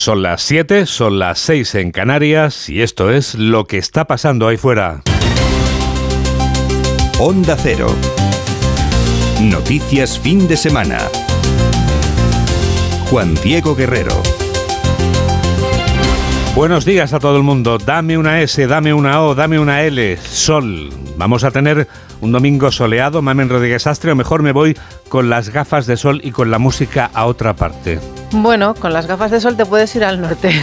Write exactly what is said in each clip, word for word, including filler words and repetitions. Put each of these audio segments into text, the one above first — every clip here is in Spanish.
Son las siete, son las seis en Canarias y esto es lo que está pasando ahí fuera. Onda Cero. Noticias fin de semana. Juan Diego Guerrero. Buenos días a todo el mundo. Dame una S, dame una O, dame una L. Sol. Vamos a tener un domingo soleado. Mamen Rodríguez Astre, o mejor me voy con las gafas de sol y con la música a otra parte. Bueno, con las gafas de sol te puedes ir al norte.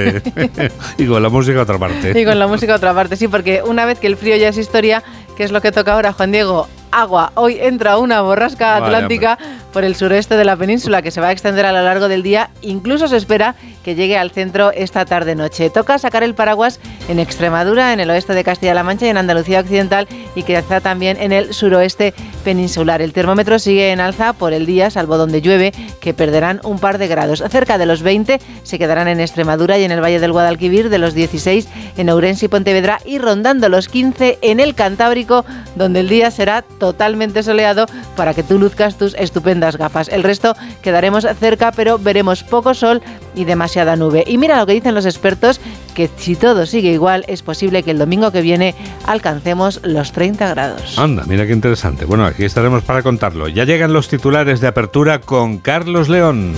Y con la música a otra parte. Y con la música a otra parte, sí, porque una vez que el frío ya es historia, ¿qué es lo que toca ahora, Juan Diego? Agua. Hoy entra una borrasca atlántica Vaya, por el sureste de la península que se va a extender a lo largo del día. Incluso se espera que llegue al centro esta tarde-noche. Toca sacar el paraguas en Extremadura, en el oeste de Castilla-La Mancha y en Andalucía Occidental, y quizá también en el suroeste peninsular. El termómetro sigue en alza por el día, salvo donde llueve, que perderán un par de grados. Cerca de los veinte se quedarán en Extremadura y en el Valle del Guadalquivir, de los dieciséis en Ourense y Pontevedra, y rondando los quince en el Cantábrico, donde el día será totalmente soleado para que tú luzcas tus estupendas gafas. El resto quedaremos cerca, pero veremos poco sol y demasiada nube. Y mira lo que dicen los expertos, que si todo sigue igual, es posible que el domingo que viene alcancemos los treinta grados. Anda, mira qué interesante. Bueno, aquí estaremos para contarlo. Ya llegan los titulares de apertura con Carlos León.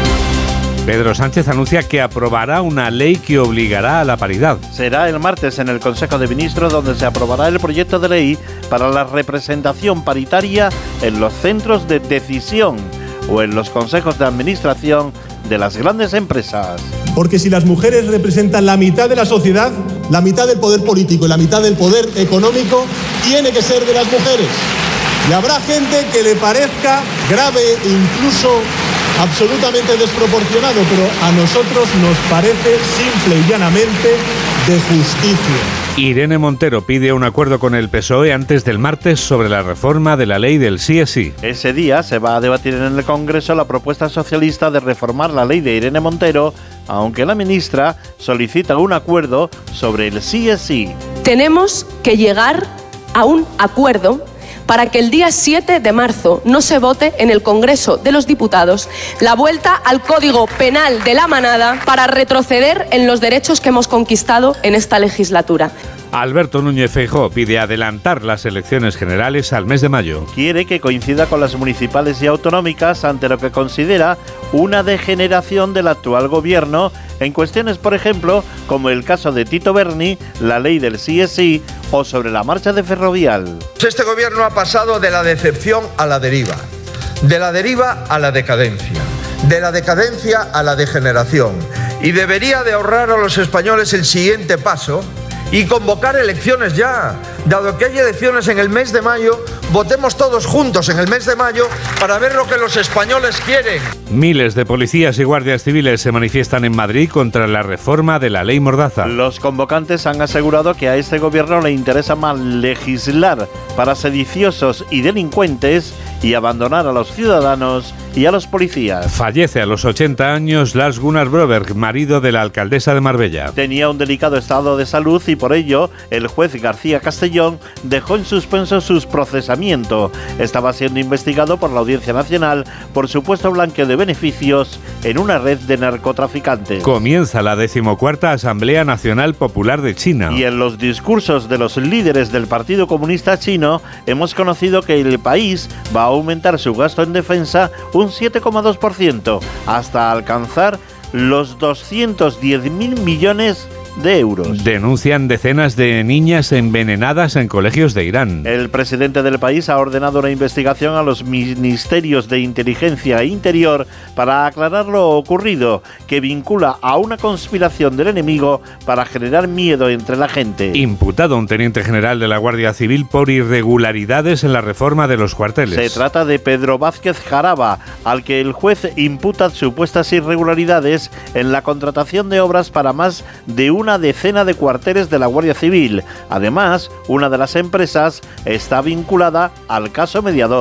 Pedro Sánchez anuncia que aprobará una ley que obligará a la paridad. Será el martes en el Consejo de Ministros donde se aprobará el proyecto de ley para la representación paritaria en los centros de decisión o en los consejos de administración de las grandes empresas. Porque si las mujeres representan la mitad de la sociedad, la mitad del poder político y la mitad del poder económico tiene que ser de las mujeres. Y habrá gente que le parezca grave, incluso absolutamente desproporcionado, pero a nosotros nos parece simple y llanamente de justicia. Irene Montero pide un acuerdo con el P S O E antes del martes sobre la reforma de la ley del sí es sí. Ese día se va a debatir en el Congreso la propuesta socialista de reformar la ley de Irene Montero, aunque la ministra solicita un acuerdo sobre el sí es sí. Tenemos que llegar a un acuerdo para que el día siete de marzo no se vote en el Congreso de los Diputados la vuelta al Código Penal de la Manada para retroceder en los derechos que hemos conquistado en esta legislatura. Alberto Núñez Feijóo pide adelantar las elecciones generales al mes de mayo. Quiere que coincida con las municipales y autonómicas ante lo que considera una degeneración del actual gobierno en cuestiones, por ejemplo, como el caso de Tito Berni, la ley del sí es sí o sobre la marcha de Ferrovial. Este gobierno ha pasado de la decepción a la deriva, de la deriva a la decadencia, de la decadencia a la degeneración, y debería de ahorrar a los españoles el siguiente paso y convocar elecciones ya. Dado que hay elecciones en el mes de mayo, votemos todos juntos en el mes de mayo para ver lo que los españoles quieren. Miles de policías y guardias civiles se manifiestan en Madrid contra la reforma de la ley Mordaza. Los convocantes han asegurado que a este gobierno le interesa más legislar para sediciosos y delincuentes y abandonar a los ciudadanos y a los policías. Fallece a los ochenta años Lars Gunnar Broberg, marido de la alcaldesa de Marbella. Tenía un delicado estado de salud y por ello el juez García Castellón dejó en suspenso su procesamiento. Estaba siendo investigado por la Audiencia Nacional por supuesto blanqueo de beneficios en una red de narcotraficantes. Comienza la decimocuarta Asamblea Nacional Popular de China. Y en los discursos de los líderes del Partido Comunista Chino hemos conocido que el país va a aumentar su gasto en defensa un siete coma dos por ciento hasta alcanzar los doscientos diez mil millones de euros. Denuncian decenas de niñas envenenadas en colegios de Irán. El presidente del país ha ordenado una investigación a los ministerios de Inteligencia e Interior para aclarar lo ocurrido, que vincula a una conspiración del enemigo para generar miedo entre la gente. Imputado un teniente general de la Guardia Civil por irregularidades en la reforma de los cuarteles. Se trata de Pedro Vázquez Jaraba, al que el juez imputa supuestas irregularidades en la contratación de obras para más de un una decena de cuarteles de la Guardia Civil. Además, una de las empresas está vinculada al caso Mediador.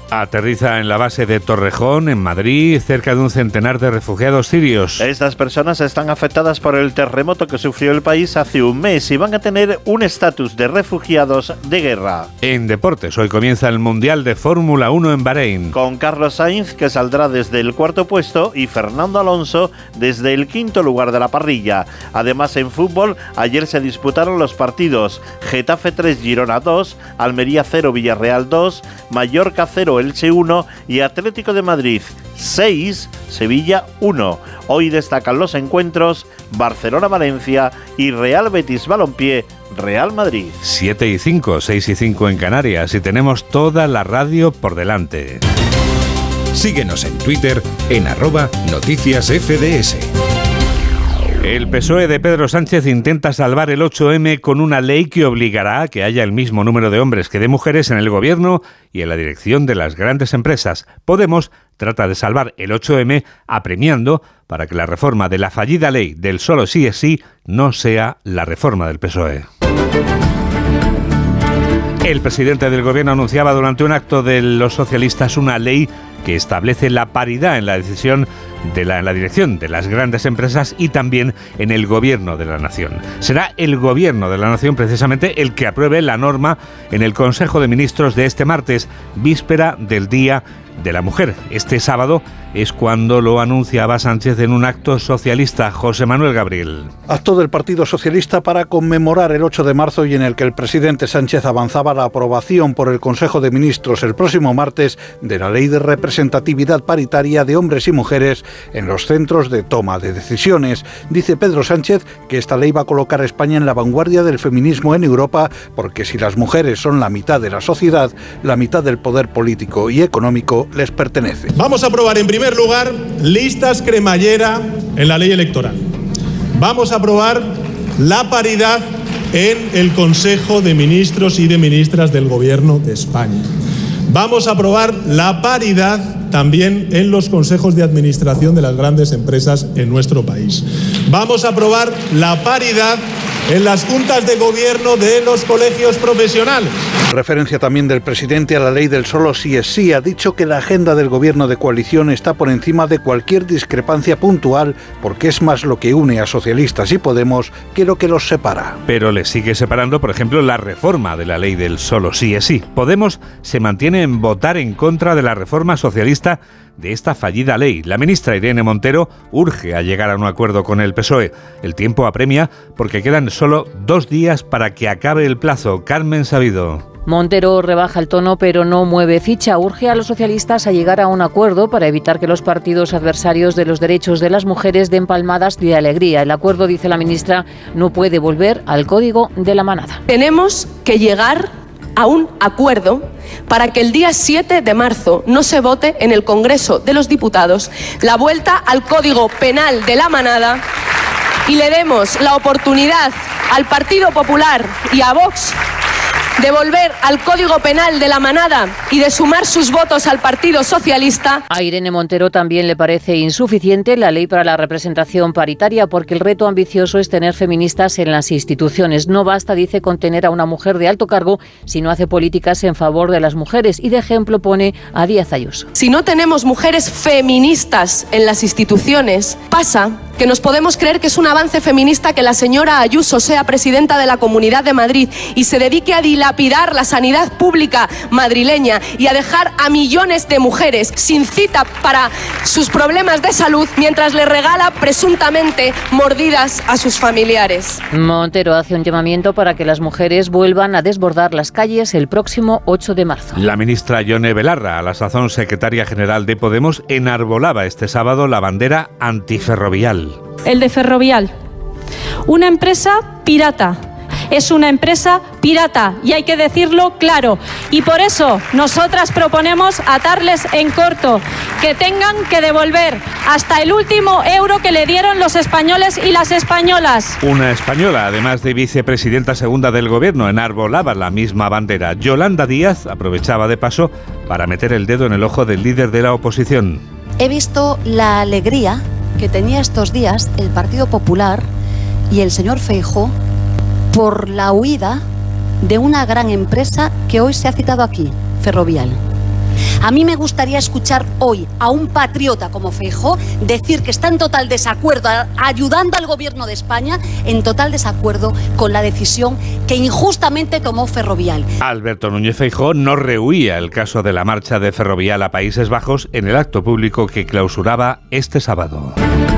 Aterriza en la base de Torrejón, en Madrid, cerca de un centenar de refugiados sirios. Estas personas están afectadas por el terremoto que sufrió el país hace un mes y van a tener un estatus de refugiados de guerra. En deportes, hoy comienza el Mundial de Fórmula uno en Bahrein. Con Carlos Sainz, que saldrá desde el cuarto puesto, y Fernando Alonso desde el quinto lugar de la parrilla. Además, en fútbol, ayer se disputaron los partidos Getafe tres, Girona dos, Almería cero, Villarreal dos, Mallorca cero, Elche uno y Atlético de Madrid seis, Sevilla uno. Hoy destacan los encuentros Barcelona-Valencia y Real Betis Balompié Real Madrid. siete y cinco, seis y cinco en Canarias y tenemos toda la radio por delante. Síguenos en Twitter en arroba noticias F D S. El P S O E de Pedro Sánchez intenta salvar el ocho eme con una ley que obligará a que haya el mismo número de hombres que de mujeres en el gobierno y en la dirección de las grandes empresas. Podemos trata de salvar el ocho eme apremiando para que la reforma de la fallida ley del solo sí es sí no sea la reforma del P S O E. El presidente del gobierno anunciaba durante un acto de los socialistas una ley que establece la paridad en la decisión de la, en la dirección de las grandes empresas y también en el gobierno de la nación. Será el gobierno de la nación precisamente el que apruebe la norma en el Consejo de Ministros de este martes, víspera del Día de la Mujer. Este sábado es cuando lo anunciaba Sánchez en un acto socialista. José Manuel Gabriel. Acto del Partido Socialista para conmemorar el ocho de marzo y en el que el presidente Sánchez avanzaba la aprobación por el Consejo de Ministros el próximo martes de la Ley de Representatividad Paritaria de Hombres y Mujeres en los centros de toma de decisiones. Dice Pedro Sánchez que esta ley va a colocar a España en la vanguardia del feminismo en Europa, porque si las mujeres son la mitad de la sociedad, la mitad del poder político y económico les pertenece. Vamos a aprobar en primer lugar listas cremallera en la ley electoral. Vamos a aprobar la paridad en el Consejo de Ministros y de Ministras del Gobierno de España. Vamos a aprobar la paridad también en los consejos de administración de las grandes empresas en nuestro país. Vamos a aprobar la paridad en las juntas de gobierno de los colegios profesionales. Referencia también del presidente a la ley del solo sí es sí. Ha dicho que la agenda del gobierno de coalición está por encima de cualquier discrepancia puntual porque es más lo que une a socialistas y Podemos que lo que los separa. Pero le sigue separando, por ejemplo, la reforma de la ley del solo sí es sí. Podemos se mantiene en votar en contra de la reforma socialista de esta fallida ley. La ministra Irene Montero urge a llegar a un acuerdo con el P S O E. El tiempo apremia porque quedan solo dos días para que acabe el plazo. Carmen Sabido. Montero rebaja el tono pero no mueve ficha. Urge a los socialistas a llegar a un acuerdo para evitar que los partidos adversarios de los derechos de las mujeres den palmadas de alegría. El acuerdo, dice la ministra, no puede volver al código de la manada. Tenemos que llegar a un acuerdo para que el día siete de marzo no se vote en el Congreso de los Diputados la vuelta al Código Penal de la manada y le demos la oportunidad al Partido Popular y a Vox de volver al Código Penal de la manada y de sumar sus votos al Partido Socialista. A Irene Montero también le parece insuficiente la ley para la representación paritaria porque el reto ambicioso es tener feministas en las instituciones. No basta, dice, con tener a una mujer de alto cargo si no hace políticas en favor de las mujeres y de ejemplo pone a Díaz Ayuso. Si no tenemos mujeres feministas en las instituciones, pasa que nos podemos creer que es un avance feminista que la señora Ayuso sea presidenta de la Comunidad de Madrid y se dedique a dilapidar la sanidad pública madrileña y a dejar a millones de mujeres sin cita para sus problemas de salud mientras le regala presuntamente mordidas a sus familiares. Montero hace un llamamiento para que las mujeres vuelvan a desbordar las calles el próximo ocho de marzo. La ministra Yone Belarra, a la sazón secretaria general de Podemos, enarbolaba este sábado la bandera antiferrovial. El de Ferrovial, una empresa pirata, es una empresa pirata y hay que decirlo claro. Y por eso nosotras proponemos atarles en corto, que tengan que devolver hasta el último euro que le dieron los españoles y las españolas. Una española, además de vicepresidenta segunda del gobierno, enarbolaba la misma bandera. Yolanda Díaz aprovechaba de paso para meter el dedo en el ojo del líder de la oposición. He visto la alegría que tenía estos días el Partido Popular y el señor Feijóo por la huida de una gran empresa que hoy se ha citado aquí, Ferrovial. A mí me gustaría escuchar hoy a un patriota como Feijóo decir que está en total desacuerdo, ayudando al gobierno de España, en total desacuerdo con la decisión que injustamente tomó Ferrovial. Alberto Núñez Feijóo no rehuía el caso de la marcha de Ferrovial a Países Bajos en el acto público que clausuraba este sábado.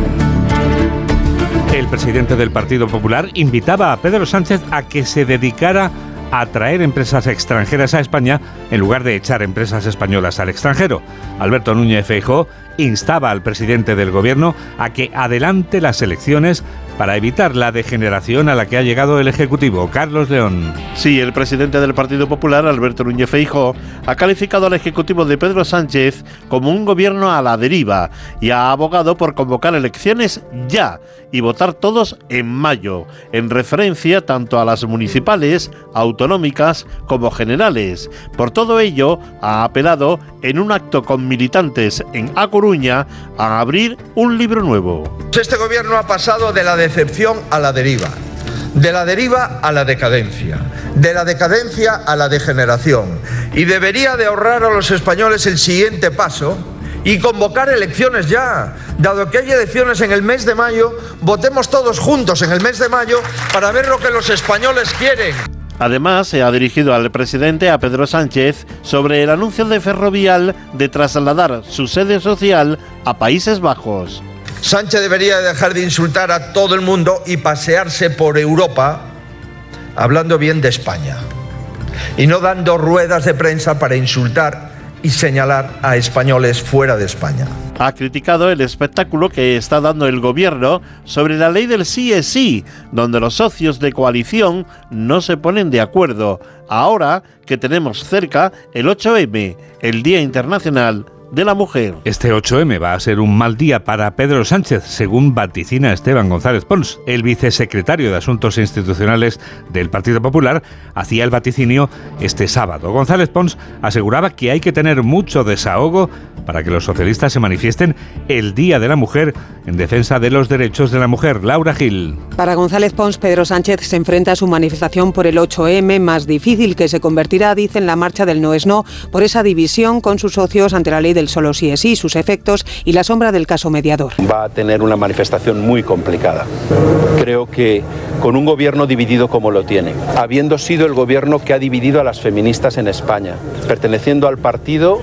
El presidente del Partido Popular invitaba a Pedro Sánchez a que se dedicara a atraer empresas extranjeras a España en lugar de echar empresas españolas al extranjero. Alberto Núñez Feijóo instaba al presidente del gobierno a que adelante las elecciones para evitar la degeneración a la que ha llegado el Ejecutivo. Carlos León. Sí, el presidente del Partido Popular, Alberto Núñez Feijóo, ha calificado al Ejecutivo de Pedro Sánchez como un gobierno a la deriva y ha abogado por convocar elecciones ya y votar todos en mayo, en referencia tanto a las municipales, autonómicas como generales. Por todo ello, ha apelado en un acto con militantes en A Coruña a abrir un libro nuevo. Este gobierno ha pasado de la decepción a la deriva, de la deriva a la decadencia, de la decadencia a la degeneración, y debería de ahorrar a los españoles el siguiente paso y convocar elecciones ya. Dado que hay elecciones en el mes de mayo, votemos todos juntos en el mes de mayo para ver lo que los españoles quieren. Además, se ha dirigido al presidente, a Pedro Sánchez, sobre el anuncio de Ferrovial de trasladar su sede social a Países Bajos. Sánchez debería dejar de insultar a todo el mundo y pasearse por Europa hablando bien de España y no dando ruedas de prensa para insultar y señalar a españoles fuera de España. Ha criticado el espectáculo que está dando el gobierno sobre la ley del sí es sí, donde los socios de coalición no se ponen de acuerdo, ahora que tenemos cerca el ocho eme, el Día Internacional de la Mujer. Este ocho eme va a ser un mal día para Pedro Sánchez, según vaticina Esteban González Pons. El vicesecretario de Asuntos Institucionales del Partido Popular hacía el vaticinio este sábado. González Pons aseguraba que hay que tener mucho desahogo para que los socialistas se manifiesten el Día de la Mujer en defensa de los derechos de la mujer. Laura Gil. Para González Pons, Pedro Sánchez se enfrenta a su manifestación por el ocho eme más difícil, que se convertirá, dice, en la marcha del no es no, por esa división con sus socios ante la ley del solo sí es sí, sus efectos y la sombra del caso mediador. Va a tener una manifestación muy complicada. Creo que con un gobierno dividido como lo tiene, habiendo sido el gobierno que ha dividido a las feministas en España, perteneciendo al partido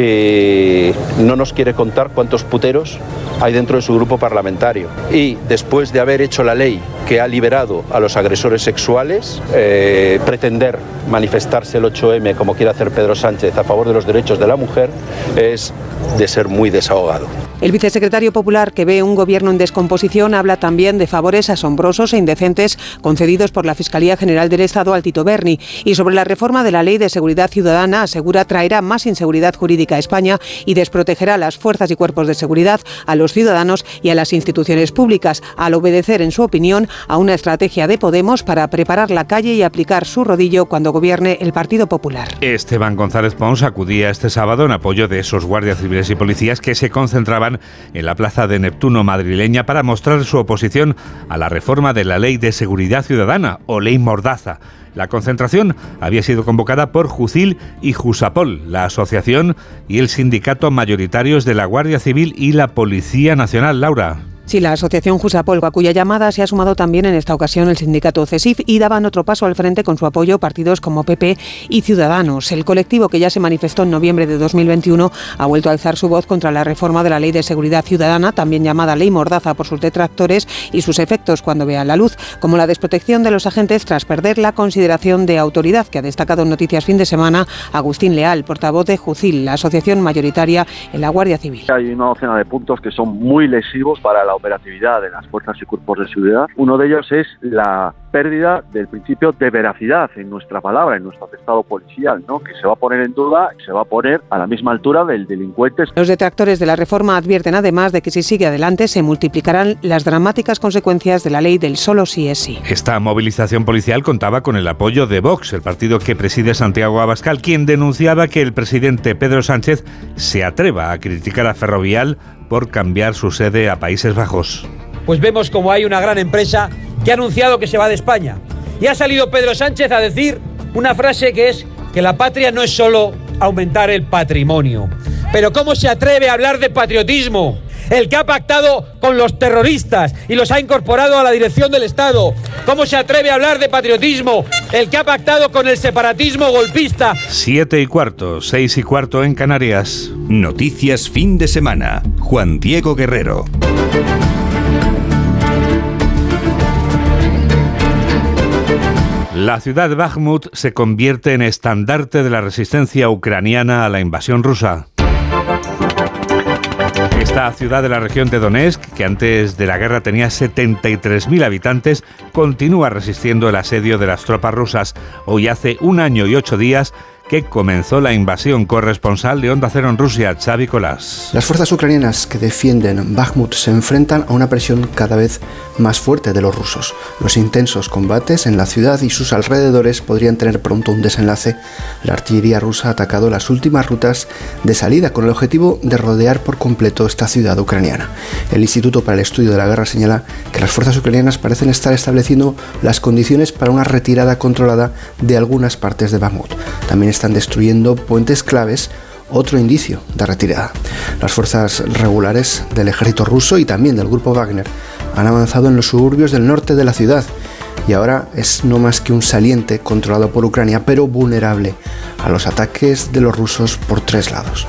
que no nos quiere contar cuántos puteros hay dentro de su grupo parlamentario, y después de haber hecho la ley que ha liberado a los agresores sexuales, eh, pretender manifestarse el ocho eme como quiere hacer Pedro Sánchez a favor de los derechos de la mujer es de ser muy desahogado. El vicesecretario popular, que ve un gobierno en descomposición, habla también de favores asombrosos e indecentes concedidos por la Fiscalía General del Estado al Tito Berni, y sobre la reforma de la Ley de Seguridad Ciudadana asegura traerá más inseguridad jurídica a España y desprotegerá a las fuerzas y cuerpos de seguridad, a los ciudadanos y a las instituciones públicas, al obedecer, en su opinión, a una estrategia de Podemos para preparar la calle y aplicar su rodillo cuando gobierne el Partido Popular. Esteban González Pons acudía este sábado en apoyo de esos guardias civiles y policías que se concentraban en la plaza de Neptuno madrileña para mostrar su oposición a la reforma de la Ley de Seguridad Ciudadana, o Ley Mordaza. La concentración había sido convocada por Jucil y Jusapol, la asociación y el sindicato mayoritarios de la Guardia Civil y la Policía Nacional. Laura. Sí, la asociación Jusapol, a cuya llamada se ha sumado también en esta ocasión el sindicato CESIF, y daban otro paso al frente con su apoyo partidos como P P y Ciudadanos. El colectivo, que ya se manifestó en noviembre de dos mil veintiuno, ha vuelto a alzar su voz contra la reforma de la Ley de Seguridad Ciudadana, también llamada Ley Mordaza por sus detractores, y sus efectos cuando vean la luz, como la desprotección de los agentes tras perder la consideración de autoridad, que ha destacado en Noticias Fin de Semana Agustín Leal, portavoz de Jucil, la asociación mayoritaria en la Guardia Civil. Hay una docena de puntos que son muy lesivos para la operatividad de las fuerzas y cuerpos de seguridad. Uno de ellos es la pérdida del principio de veracidad en nuestra palabra, en nuestro atestado policial, ¿no? Que se va a poner en duda, se va a poner a la misma altura del delincuente. Los detractores de la reforma advierten además de que si sigue adelante se multiplicarán las dramáticas consecuencias de la ley del solo sí es sí. Esta movilización policial contaba con el apoyo de Vox, el partido que preside Santiago Abascal, quien denunciaba que el presidente Pedro Sánchez se atreva a criticar a Ferrovial por cambiar su sede a Países Bajos. Pues vemos como hay una gran empresa que ha anunciado que se va de España. Y ha salido Pedro Sánchez a decir una frase que es que la patria no es solo aumentar el patrimonio. Pero ¿cómo se atreve a hablar de patriotismo? El que ha pactado con los terroristas y los ha incorporado a la dirección del Estado. ¿Cómo se atreve a hablar de patriotismo? El que ha pactado con el separatismo golpista. Siete y cuarto, seis y cuarto en Canarias. Noticias fin de semana. Juan Diego Guerrero. La ciudad de Bakhmut se convierte en estandarte de la resistencia ucraniana a la invasión rusa. Esta ciudad de la región de Donetsk, que antes de la guerra tenía setenta y tres mil habitantes, continúa resistiendo el asedio de las tropas rusas. Hoy hace un año y ocho días que comenzó la invasión. Corresponsal de Onda Cero en Rusia, Xavi Colás. Las fuerzas ucranianas que defienden Bakhmut se enfrentan a una presión cada vez más fuerte de los rusos. Los intensos combates en la ciudad y sus alrededores podrían tener pronto un desenlace. La artillería rusa ha atacado las últimas rutas de salida con el objetivo de rodear por completo esta ciudad ucraniana. El Instituto para el Estudio de la Guerra señala que las fuerzas ucranianas parecen estar estableciendo las condiciones para una retirada controlada de algunas partes de Bakhmut. También están destruyendo puentes claves, otro indicio de retirada. Las fuerzas regulares del ejército ruso y también del grupo Wagner han avanzado en los suburbios del norte de la ciudad y ahora es no más que un saliente controlado por Ucrania, pero vulnerable a los ataques de los rusos por tres lados.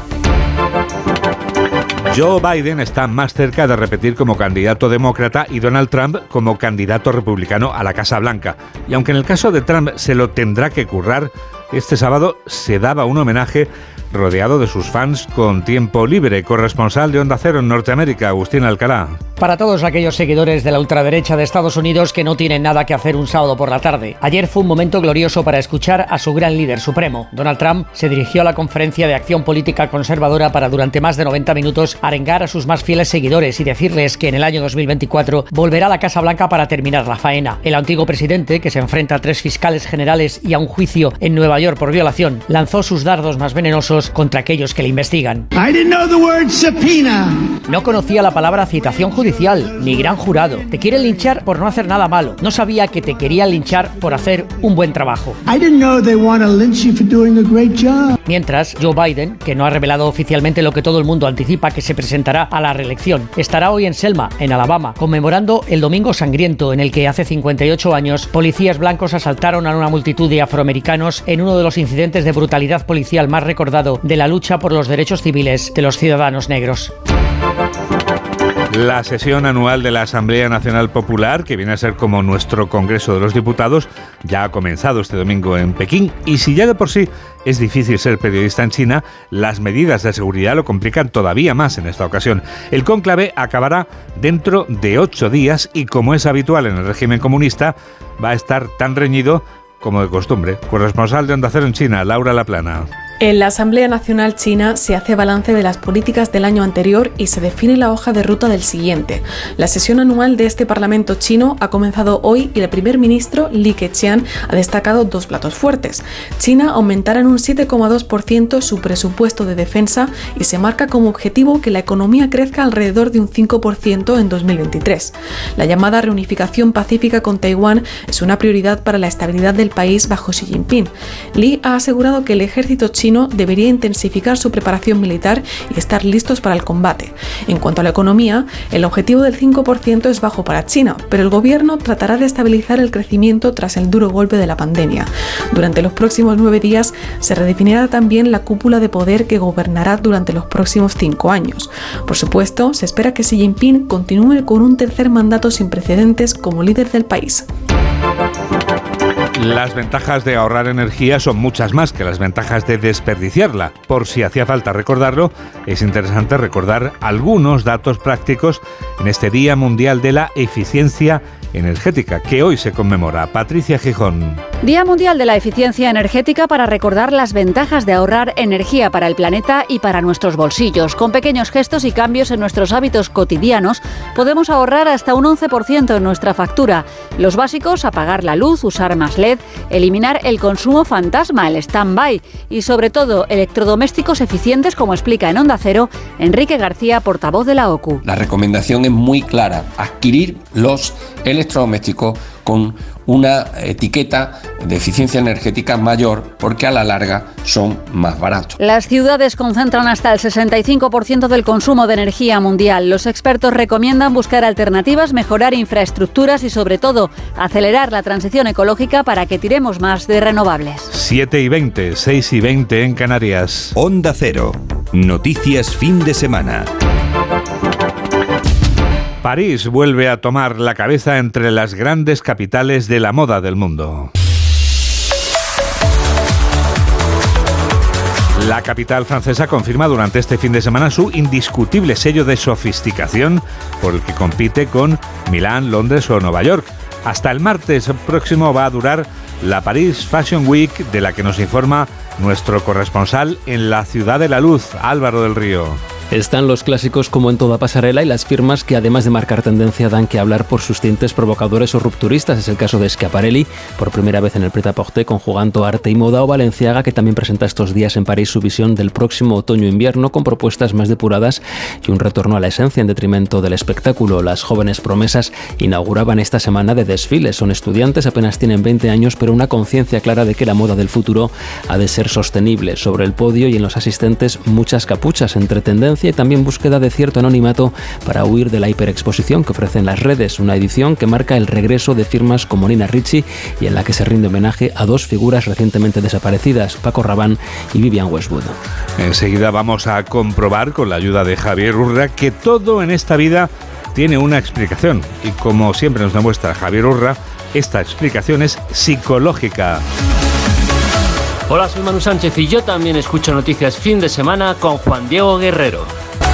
Joe Biden está más cerca de repetir como candidato demócrata y Donald Trump como candidato republicano a la Casa Blanca. Y aunque en el caso de Trump se lo tendrá que currar, este sábado se daba un homenaje rodeado de sus fans con tiempo libre. Corresponsal de Onda Cero en Norteamérica, Agustín Alcalá. Para todos aquellos seguidores de la ultraderecha de Estados Unidos que no tienen nada que hacer un sábado por la tarde, ayer fue un momento glorioso para escuchar a su gran líder supremo. Donald Trump se dirigió a la conferencia de acción política conservadora para durante más de noventa minutos arengar a sus más fieles seguidores y decirles que en el año dos mil veinticuatro volverá a la Casa Blanca para terminar la faena. El antiguo presidente, que se enfrenta a tres fiscales generales y a un juicio en Nueva York por violación, lanzó sus dardos más venenosos contra aquellos que le investigan. I didn't know the word subpoena. No conocía la palabra citación judicial, ni gran jurado. Te quieren linchar por no hacer nada malo. No sabía que te querían linchar por hacer un buen trabajo. I didn't know they want to lynch you for doing a great job. Mientras, Joe Biden, que no ha revelado oficialmente lo que todo el mundo anticipa que se presentará a la reelección, estará hoy en Selma, en Alabama, conmemorando el Domingo Sangriento, en el que hace cincuenta y ocho años policías blancos asaltaron a una multitud de afroamericanos en uno de los incidentes de brutalidad policial más recordado de la lucha por los derechos civiles de los ciudadanos negros. La sesión anual de la Asamblea Nacional Popular, que viene a ser como nuestro Congreso de los Diputados, ya ha comenzado este domingo en Pekín, y si ya de por sí es difícil ser periodista en China, las medidas de seguridad lo complican todavía más en esta ocasión. El cónclave acabará dentro de ocho días y, como es habitual en el régimen comunista, va a estar tan reñido como de costumbre. Corresponsal de Onda Cero en China, Laura Laplana. En la Asamblea Nacional China se hace balance de las políticas del año anterior y se define la hoja de ruta del siguiente. La sesión anual de este Parlamento chino ha comenzado hoy y el primer ministro Li Keqiang ha destacado dos platos fuertes. China aumentará en un siete coma dos por ciento su presupuesto de defensa y se marca como objetivo que la economía crezca alrededor de un cinco por ciento en dos mil veintitrés. La llamada reunificación pacífica con Taiwán es una prioridad para la estabilidad del país bajo Xi Jinping. Li ha asegurado que el ejército chino chino debería intensificar su preparación militar y estar listos para el combate. En cuanto a la economía, el objetivo del cinco por ciento es bajo para China, pero el gobierno tratará de estabilizar el crecimiento tras el duro golpe de la pandemia. Durante los próximos nueve días se redefinirá también la cúpula de poder que gobernará durante los próximos cinco años. Por supuesto, se espera que Xi Jinping continúe con un tercer mandato sin precedentes como líder del país. Las ventajas de ahorrar energía son muchas más que las ventajas de desperdiciarla. Por si hacía falta recordarlo, es interesante recordar algunos datos prácticos en este Día Mundial de la Eficiencia Energética, que hoy se conmemora. Patricia Gijón. Día Mundial de la Eficiencia Energética para recordar las ventajas de ahorrar energía para el planeta y para nuestros bolsillos. Con pequeños gestos y cambios en nuestros hábitos cotidianos, podemos ahorrar hasta un once por ciento en nuestra factura. Los básicos: apagar la luz, usar más L E D, eliminar el consumo fantasma, el stand-by, y sobre todo electrodomésticos eficientes, como explica en Onda Cero Enrique García, portavoz de la O C U. La recomendación es muy clara: adquirir los electrodomésticos con una etiqueta de eficiencia energética mayor, porque a la larga son más baratos. Las ciudades concentran hasta el sesenta y cinco por ciento del consumo de energía mundial. Los expertos recomiendan buscar alternativas, mejorar infraestructuras y, sobre todo, acelerar la transición ecológica para que tiremos más de renovables. siete y veinte, seis y veinte en Canarias. Onda Cero. Noticias fin de semana. París vuelve a tomar la cabeza entre las grandes capitales de la moda del mundo. La capital francesa confirma durante este fin de semana su indiscutible sello de sofisticación por el que compite con Milán, Londres o Nueva York. Hasta el martes próximo va a durar la Paris Fashion Week, de la que nos informa nuestro corresponsal en la Ciudad de la Luz, Álvaro del Río. Están los clásicos como en toda pasarela y las firmas que, además de marcar tendencia, dan que hablar por sus tintes provocadores o rupturistas. Es el caso de Schiaparelli, por primera vez en el Pret-à-Porter conjugando arte y moda, o Balenciaga, que también presenta estos días en París su visión del próximo otoño-invierno con propuestas más depuradas y un retorno a la esencia en detrimento del espectáculo. Las jóvenes promesas inauguraban esta semana de desfiles. Son estudiantes, apenas tienen veinte años, pero una conciencia clara de que la moda del futuro ha de ser sostenible. Sobre el podio y en los asistentes, muchas capuchas entre tendencias y también búsqueda de cierto anonimato para huir de la hiperexposición que ofrecen las redes. Una edición que marca el regreso de firmas como Nina Ricci y en la que se rinde homenaje a dos figuras recientemente desaparecidas, Paco Rabanne y Vivienne Westwood. Enseguida vamos a comprobar, con la ayuda de Javier Urra, que todo en esta vida tiene una explicación. Y como siempre nos demuestra Javier Urra, esta explicación es psicológica. Hola, soy Manu Sánchez y yo también escucho Noticias Fin de Semana con Juan Diego Guerrero.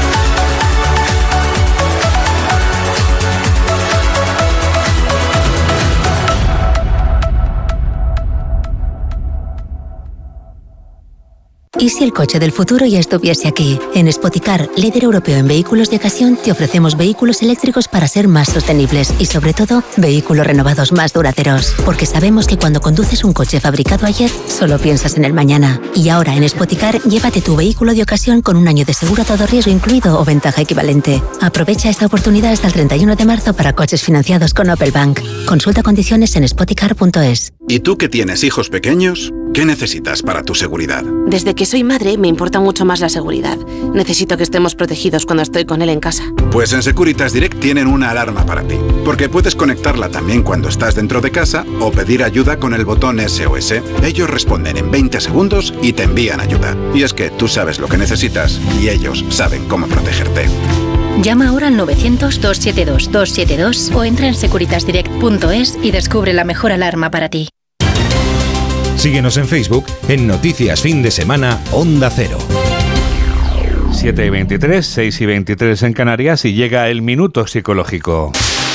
¿Y si el coche del futuro ya estuviese aquí? En Spoticar, líder europeo en vehículos de ocasión, te ofrecemos vehículos eléctricos para ser más sostenibles y, sobre todo, vehículos renovados más duraderos. Porque sabemos que cuando conduces un coche fabricado ayer, solo piensas en el mañana. Y ahora en Spoticar, llévate tu vehículo de ocasión con un año de seguro a todo riesgo incluido o ventaja equivalente. Aprovecha esta oportunidad hasta el treinta y uno de marzo para coches financiados con Opel Bank. Consulta condiciones en spoticar punto es. ¿Y tú que tienes hijos pequeños? ¿Qué necesitas para tu seguridad? Desde que soy madre me importa mucho más la seguridad. Necesito que estemos protegidos cuando estoy con él en casa. Pues en Securitas Direct tienen una alarma para ti, porque puedes conectarla también cuando estás dentro de casa o pedir ayuda con el botón S O S. Ellos responden en veinte segundos y te envían ayuda. Y es que tú sabes lo que necesitas y ellos saben cómo protegerte. Llama ahora al novecientos, doscientos setenta y dos, doscientos setenta y dos o entra en securitas direct punto es y descubre la mejor alarma para ti. Síguenos en Facebook en Noticias Fin de Semana Onda Cero. siete y veintitrés, seis y veintitrés en Canarias y llega el minuto psicológico.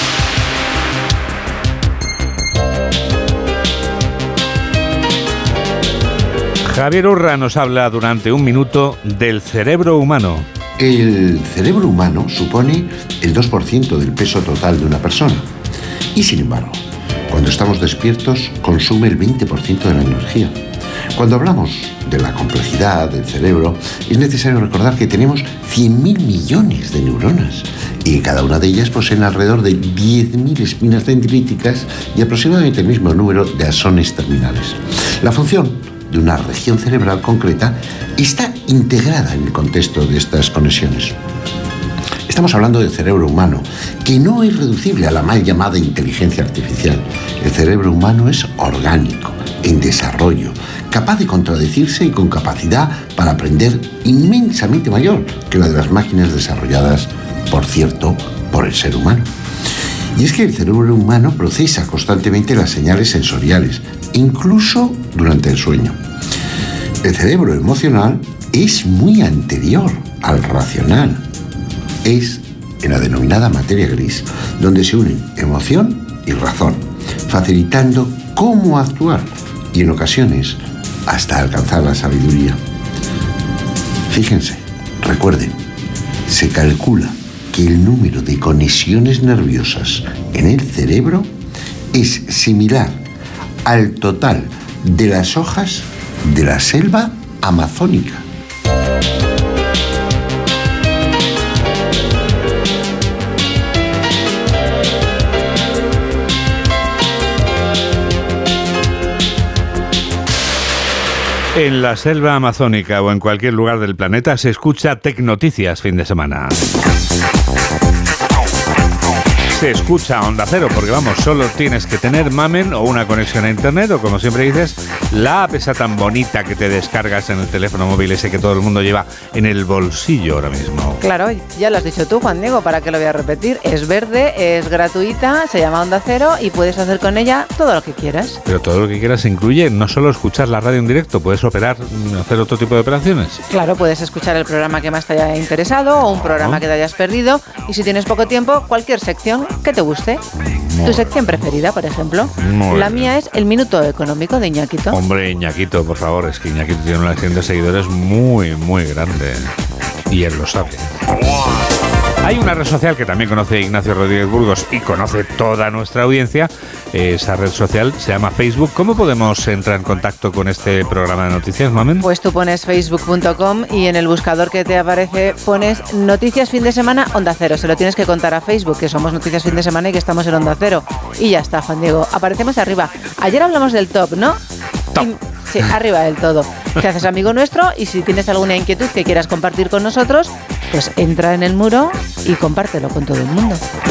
Javier Urra nos habla durante un minuto del cerebro humano. El cerebro humano supone el dos por ciento del peso total de una persona. Y sin embargo, cuando estamos despiertos, consume el veinte por ciento de la energía. Cuando hablamos de la complejidad del cerebro, es necesario recordar que tenemos cien mil millones de neuronas y que cada una de ellas posee alrededor de diez mil espinas dendríticas y aproximadamente el mismo número de axones terminales. La función de una región cerebral concreta está integrada en el contexto de estas conexiones. Estamos hablando del cerebro humano, que no es reducible a la mal llamada inteligencia artificial. El cerebro humano es orgánico, en desarrollo, capaz de contradecirse y con capacidad para aprender inmensamente mayor que la de las máquinas desarrolladas, por cierto, por el ser humano. Y es que el cerebro humano procesa constantemente las señales sensoriales, incluso durante el sueño. El cerebro emocional es muy anterior al racional. Es en la denominada materia gris, donde se unen emoción y razón, facilitando cómo actuar y en ocasiones hasta alcanzar la sabiduría. Fíjense, recuerden, se calcula que el número de conexiones nerviosas en el cerebro es similar al total de las hojas de la selva amazónica. En la selva amazónica o en cualquier lugar del planeta se escucha Tecnoticias fin de semana. Se escucha Onda Cero, porque vamos, solo tienes que tener Mamen o una conexión a internet, o como siempre dices, la app esa tan bonita que te descargas en el teléfono móvil ese que todo el mundo lleva en el bolsillo ahora mismo. Claro, ya lo has dicho tú, Juan Diego, ¿para qué lo voy a repetir? Es verde, es gratuita, se llama Onda Cero y puedes hacer con ella todo lo que quieras. Pero todo lo que quieras incluye no solo escuchar la radio en directo, puedes operar, hacer otro tipo de operaciones. Claro, puedes escuchar el programa que más te haya interesado o un programa que te hayas perdido, y si tienes poco tiempo, cualquier sección que te guste. Muy ¿Tu sección preferida, por ejemplo? Muy La bien. mía es el Minuto Económico de Iñakito. Hombre, Iñakito, por favor, es que Iñakito tiene una legión de seguidores muy, muy grande. Y él lo sabe. Hay una red social que también conoce Ignacio Rodríguez Burgos y conoce toda nuestra audiencia. Esa red social se llama Facebook. ¿Cómo podemos entrar en contacto con este programa de noticias, Mamen? Pues tú pones facebook punto com y en el buscador que te aparece pones Noticias Fin de Semana Onda Cero. Se lo tienes que contar a Facebook, que somos Noticias Fin de Semana y que estamos en Onda Cero. Y ya está, Juan Diego. Aparecemos arriba. Ayer hablamos del top, ¿no? Top. Y, sí, arriba del todo. Te haces amigo nuestro y si tienes alguna inquietud que quieras compartir con nosotros, pues entra en el muro y compártelo con todo el mundo.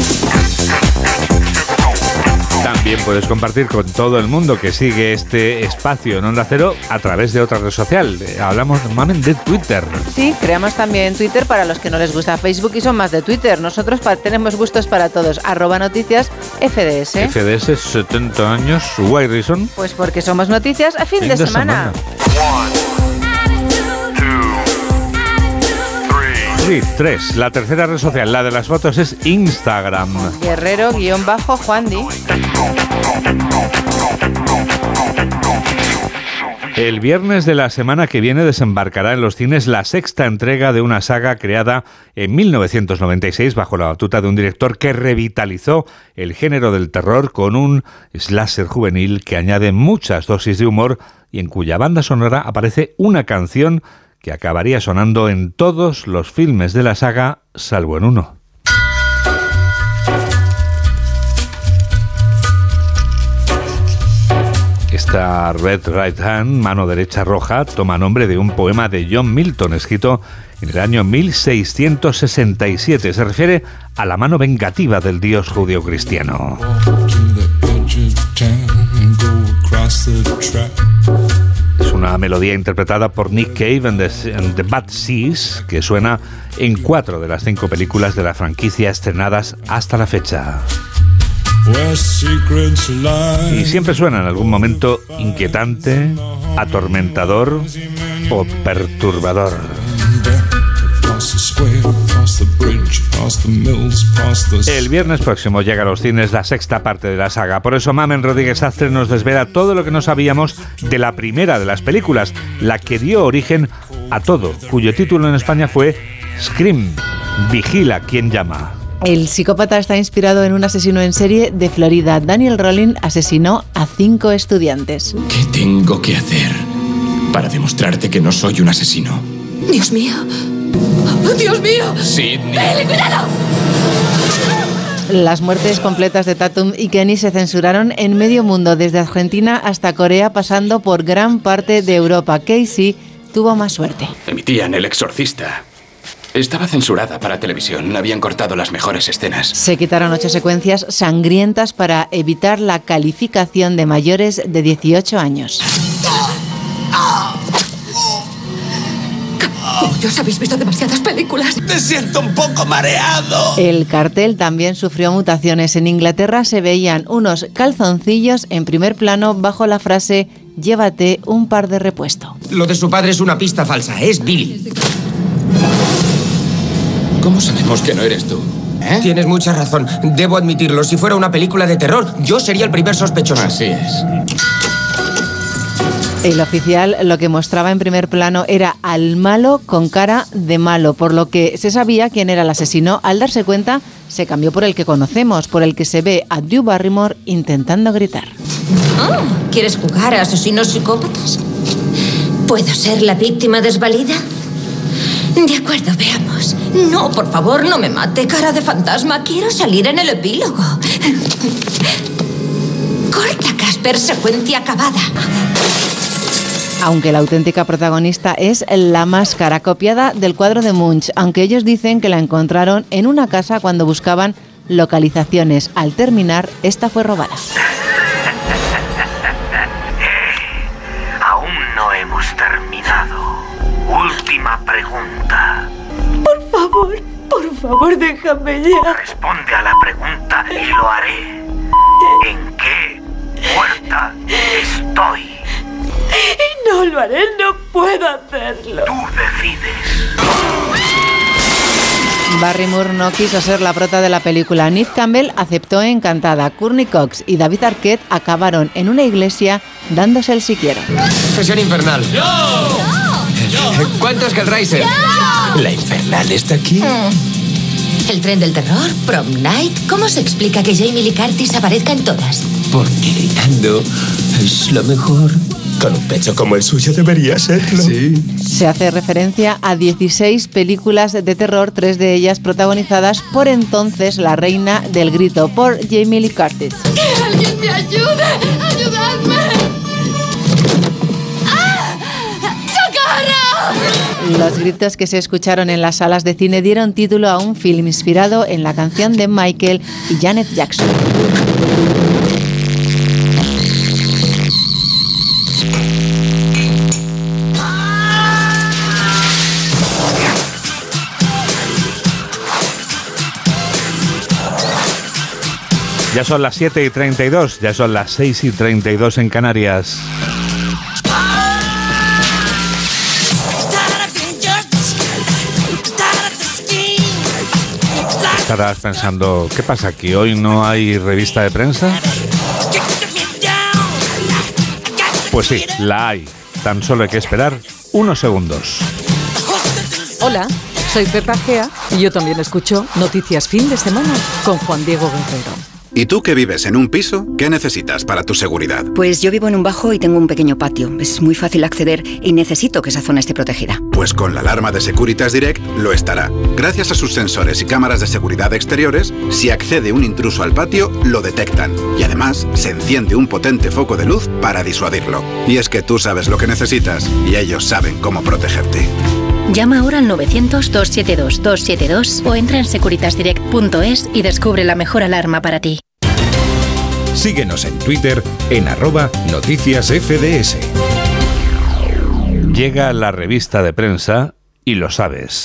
También puedes compartir con todo el mundo que sigue este espacio en Onda Cero a través de otra red social. Eh, Hablamos, Mamen, de Twitter. Sí, creamos también Twitter para los que no les gusta Facebook y son más de Twitter. Nosotros pa- tenemos gustos para todos. Arroba noticias F D S. F D S, setenta años, Why Reason. Pues porque somos noticias a fin, Fin de, de semana. Sí, tres. La tercera red social, la de las fotos, es Instagram. Guerrero-Juandi. El viernes de la semana que viene desembarcará en los cines la sexta entrega de una saga creada en mil novecientos noventa y seis bajo la batuta de un director que revitalizó el género del terror con un slasher juvenil que añade muchas dosis de humor y en cuya banda sonora aparece una canción que acabaría sonando en todos los filmes de la saga, salvo en uno. Esta Red Right Hand, mano derecha roja, toma nombre de un poema de John Milton escrito en el año mil seiscientos sesenta y siete. Se refiere a la mano vengativa del dios judio-cristiano. Es una melodía interpretada por Nick Cave en The, en The Bad Seas, que suena en cuatro de las cinco películas de la franquicia estrenadas hasta la fecha. Y siempre suena en algún momento inquietante, atormentador o perturbador. El viernes próximo llega a los cines la sexta parte de la saga. Por eso Mamen Rodríguez Astre nos desvela todo lo que no sabíamos de la primera de las películas, la que dio origen a todo, cuyo título en España fue Scream, Vigila quien llama. El psicópata está inspirado en un asesino en serie de Florida. Daniel Rowling asesinó a cinco estudiantes. ¿Qué tengo que hacer para demostrarte que no soy un asesino? Dios mío. ¡Oh, Dios mío! Sidney. ¡Eli, cuidado! Las muertes completas de Tatum y Kenny se censuraron en medio mundo, desde Argentina hasta Corea, pasando por gran parte de Europa. Casey tuvo más suerte. Emitían El Exorcista. Estaba censurada para televisión. Habían cortado las mejores escenas. Se quitaron ocho secuencias sangrientas para evitar la calificación de mayores de dieciocho años. Os habéis visto demasiadas películas. Me siento un poco mareado. El cartel también sufrió mutaciones. En Inglaterra se veían unos calzoncillos en primer plano bajo la frase «Llévate un par de repuesto». Lo de su padre es una pista falsa. Es Billy. ¿Cómo sabemos que no eres tú? ¿Eh? Tienes mucha razón. Debo admitirlo. Si fuera una película de terror, yo sería el primer sospechoso. Así es. El oficial lo que mostraba en primer plano era al malo con cara de malo, por lo que se sabía quién era el asesino. Al darse cuenta, se cambió por el que conocemos, por el que se ve a Drew Barrymore intentando gritar. Oh, ¿quieres jugar a asesinos psicópatas? ¿Puedo ser la víctima desvalida? De acuerdo, veamos. No, por favor, no me mate, cara de fantasma. Quiero salir en el epílogo. Corta, Casper, secuencia acabada. Aunque la auténtica protagonista es La Máscara, copiada del cuadro de Munch, aunque ellos dicen que la encontraron en una casa cuando buscaban localizaciones. Al terminar, esta fue robada. Aún no hemos terminado. Última pregunta. Por favor, por favor, déjame ya. Responde a la pregunta y lo haré. ¿En qué puerta estoy? No lo haré, no puedo hacerlo. Tú decides. Barrymore no quiso ser la prota de la película. Neve Campbell aceptó encantada. Courtney Cox y David Arquette acabaron en una iglesia dándose el si quiero. Sesión infernal. ¡Yo! ¡Yo! ¿Cuánto es que el Riser? ¡Yo! ¿La infernal está aquí? Mm. ¿El tren del terror? ¿Prom Night? ¿Cómo se explica que Jamie Lee Curtis aparezca en todas? Porque Ando es lo mejor. Con un pecho como el suyo debería serlo. Sí. Se hace referencia a dieciséis películas de terror, tres de ellas protagonizadas por entonces la reina del grito, por Jamie Lee Curtis. ¡Que alguien me ayude! ¡Ayudadme! ¡Ah! ¡Socorro! Los gritos que se escucharon en las salas de cine dieron título a un film inspirado en la canción de Michael y Janet Jackson. Ya son las siete y treinta y dos, ya son las seis y treinta y dos en Canarias. Estarás pensando, ¿qué pasa aquí? ¿Hoy no hay revista de prensa? Pues sí, la hay. Tan solo hay que esperar unos segundos. Hola, soy Pepa Gea y yo también escucho Noticias Fin de Semana con Juan Diego Guerrero. ¿Y tú que vives en un piso? ¿Qué necesitas para tu seguridad? Pues yo vivo en un bajo y tengo un pequeño patio. Es muy fácil acceder y necesito que esa zona esté protegida. Pues con la alarma de Securitas Direct lo estará. Gracias a sus sensores y cámaras de seguridad exteriores, si accede un intruso al patio, lo detectan. Y además, se enciende un potente foco de luz para disuadirlo. Y es que tú sabes lo que necesitas y ellos saben cómo protegerte. Llama ahora al novecientos, doscientos setenta y dos, doscientos setenta y dos o entra en securitas direct punto es y descubre la mejor alarma para ti. Síguenos en Twitter en arroba noticias F D S. Llega la revista de prensa y lo sabes.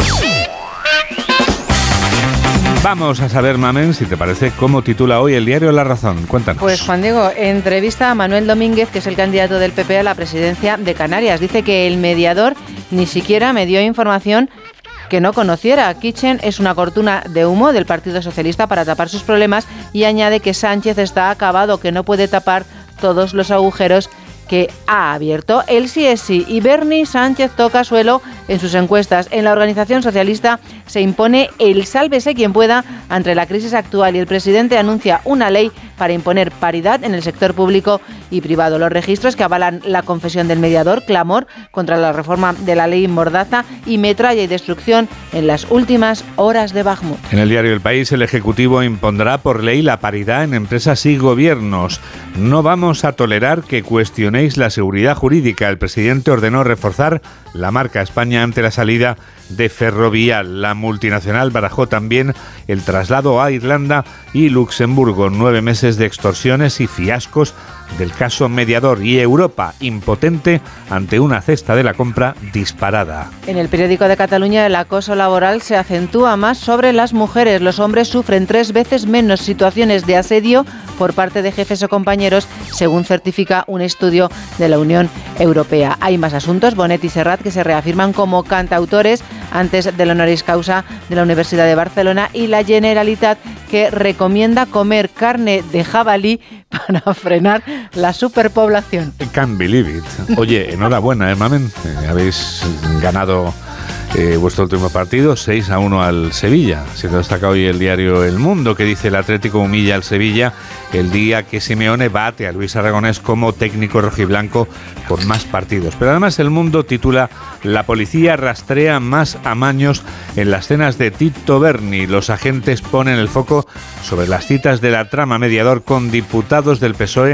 Vamos a saber, Mamen, si te parece, cómo titula hoy el diario La Razón. Cuéntanos. Pues Juan Diego, entrevista a Manuel Domínguez, que es el candidato del P P a la presidencia de Canarias. Dice que el mediador ni siquiera me dio información que no conociera. Kitchen es una cortina de humo del Partido Socialista para tapar sus problemas y añade que Sánchez está acabado, que no puede tapar todos los agujeros que ha abierto. El sí es sí y Bernie Sánchez toca suelo en sus encuestas. En la organización socialista se impone el sálvese quien pueda ante la crisis actual y el presidente anuncia una ley para imponer paridad en el sector público y privado. Los registros que avalan la confesión del mediador, clamor contra la reforma de la ley Mordaza y metralla y destrucción en las últimas horas de Bakhmut. En el diario El País, el Ejecutivo impondrá por ley la paridad en empresas y gobiernos. No vamos a tolerar que cuestionéis la seguridad jurídica. El presidente ordenó reforzar la marca España ante la salida de Ferrovial. La multinacional barajó también el traslado a Irlanda y Luxemburgo. Nueve meses de extorsiones y fiascos del caso mediador y Europa impotente ante una cesta de la compra disparada. En el periódico de Cataluña el acoso laboral se acentúa más sobre las mujeres. Los hombres sufren tres veces menos situaciones de asedio por parte de jefes o compañeros, según certifica un estudio de la Unión Europea. Hay más asuntos, Bonet y Serrat, que se reafirman como cantautores antes del honoris causa de la Universidad de Barcelona, y la Generalitat, que recomienda comer carne de jabalí para frenar la superpoblación. Can't believe it. Oye, enhorabuena, ¿eh, Mamen? Eh, habéis ganado eh, vuestro último partido, seis a uno al Sevilla. Se lo destaca hoy el diario El Mundo, que dice: el Atlético humilla al Sevilla el día que Simeone bate a Luis Aragonés como técnico rojiblanco por más partidos. Pero además El Mundo titula: la policía rastrea más amaños en las cenas de Tito Berni. Los agentes ponen el foco sobre las citas de la trama mediador con diputados del P S O E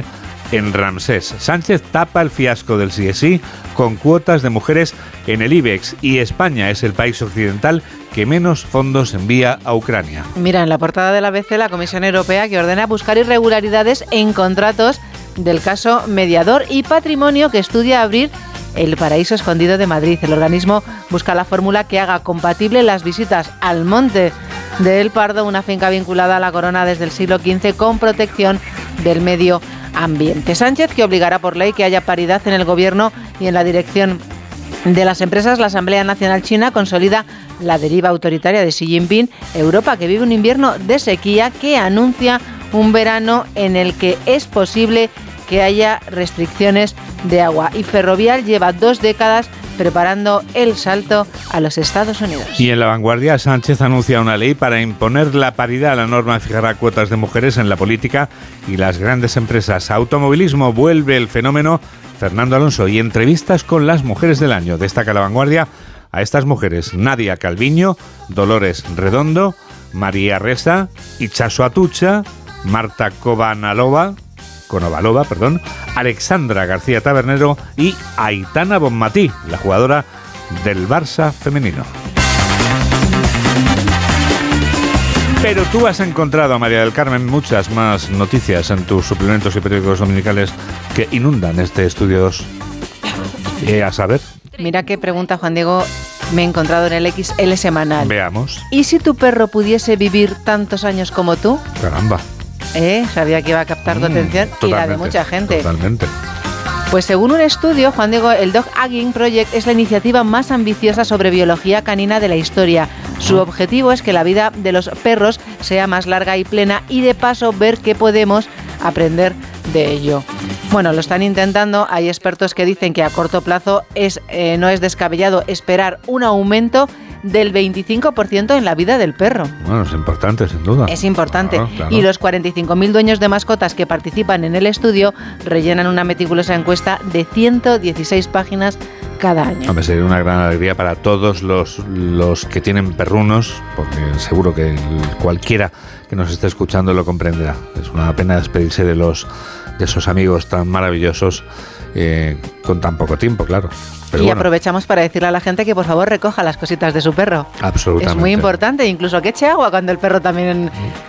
en Ramsés. Sánchez tapa el fiasco del sí es sí con cuotas de mujeres en el IBEX y España es el país occidental que menos fondos envía a Ucrania. Mira, en la portada de la A B C, la Comisión Europea que ordena buscar irregularidades en contratos del caso Mediador y Patrimonio que estudia abrir el paraíso escondido de Madrid. El organismo busca la fórmula que haga compatible las visitas al Monte de El Pardo, una finca vinculada a la corona desde el siglo quince con protección del medio ambiente. Sánchez, que obligará por ley que haya paridad en el gobierno y en la dirección de las empresas. La Asamblea Nacional China consolida la deriva autoritaria de Xi Jinping. Europa, que vive un invierno de sequía, que anuncia un verano en el que es posible que haya restricciones de agua. Y Ferrovial lleva dos décadas preparando el salto a los Estados Unidos. Y en La Vanguardia, Sánchez anuncia una ley para imponer la paridad. La norma fijará cuotas de mujeres en la política y las grandes empresas. Automovilismo, vuelve el fenómeno Fernando Alonso y entrevistas con las mujeres del año. Destaca La Vanguardia a estas mujeres: Nadia Calviño, Dolores Redondo, María Ressa, Itxaso Atucha, Marta Konovalova, Konovalova, perdón, Alexandra García Tabernero y Aitana Bonmatí, la jugadora del Barça femenino. Pero tú has encontrado, María del Carmen, muchas más noticias en tus suplementos y periódicos dominicales que inundan este Estudio dos. Eh, a saber. Mira qué pregunta, Juan Diego, me he encontrado en el X L semanal. Veamos. ¿Y si tu perro pudiese vivir tantos años como tú? Caramba. ¿Eh? Sabía que iba a captar tu mm, atención y la de mucha gente. Totalmente. Pues según un estudio, Juan Diego, el Dog Hugging Project es la iniciativa más ambiciosa sobre biología canina de la historia. Su objetivo es que la vida de los perros sea más larga y plena y de paso ver qué podemos aprender de ello. Bueno, lo están intentando. Hay expertos que dicen que a corto plazo es, eh, no es descabellado esperar un aumento del veinticinco por ciento en la vida del perro. Bueno, es importante, sin duda. Es importante. Claro, claro. Y los cuarenta y cinco mil dueños de mascotas que participan en el estudio rellenan una meticulosa encuesta de ciento dieciséis páginas cada año. Hombre, sería una gran alegría para todos los, los que tienen perrunos, porque seguro que el, cualquiera que nos esté escuchando lo comprenderá. Es una pena despedirse de los de esos amigos tan maravillosos eh, con tan poco tiempo, claro. Pero y bueno, aprovechamos para decirle a la gente que por favor recoja las cositas de su perro. Absolutamente. Es muy importante, incluso que eche agua cuando el perro también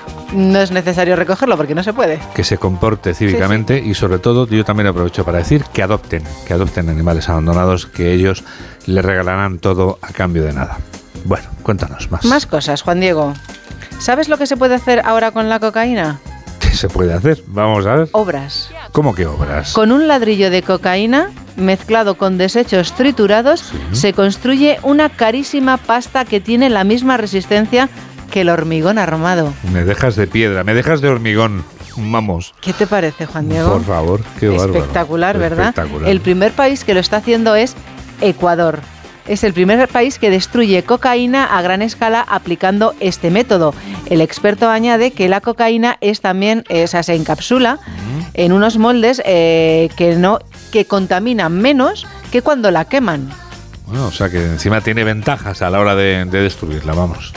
no es necesario recogerlo porque no se puede. Que se comporte cívicamente, sí, sí. Y sobre todo yo también aprovecho para decir que adopten, que adopten animales abandonados, que ellos les regalarán todo a cambio de nada. Bueno, cuéntanos más. Más cosas, Juan Diego. ¿Sabes lo que se puede hacer ahora con la cocaína? ¿Qué se puede hacer? Vamos a ver. Obras. ¿Cómo que obras? Con un ladrillo de cocaína mezclado con desechos triturados, sí, se construye una carísima pasta que tiene la misma resistencia que el hormigón armado. Me dejas de piedra, me dejas de hormigón. Vamos. ¿Qué te parece, Juan Diego? Por favor, qué bárbaro. Espectacular, ¿verdad? Espectacular. El primer país que lo está haciendo es Ecuador. Es el primer país que destruye cocaína a gran escala aplicando este método. El experto añade que la cocaína es también, o sea, se encapsula uh-huh. en unos moldes eh, que no que contaminan menos que cuando la queman. Bueno, o sea que encima tiene ventajas a la hora de, de destruirla, vamos.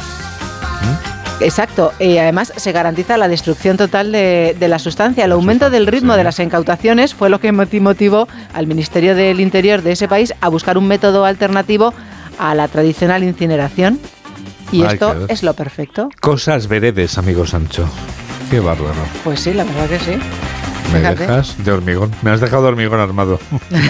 ¿Mm? Exacto, y además se garantiza la destrucción total de, de la sustancia. El aumento del ritmo de las incautaciones fue lo que motivó al Ministerio del Interior de ese país a buscar un método alternativo a la tradicional incineración. Y Ay, esto es lo perfecto. Cosas veredes, amigo Sancho. Qué bárbaro. Pues sí, la verdad que sí. Me Fíjate. dejas de hormigón. Me has dejado de hormigón armado.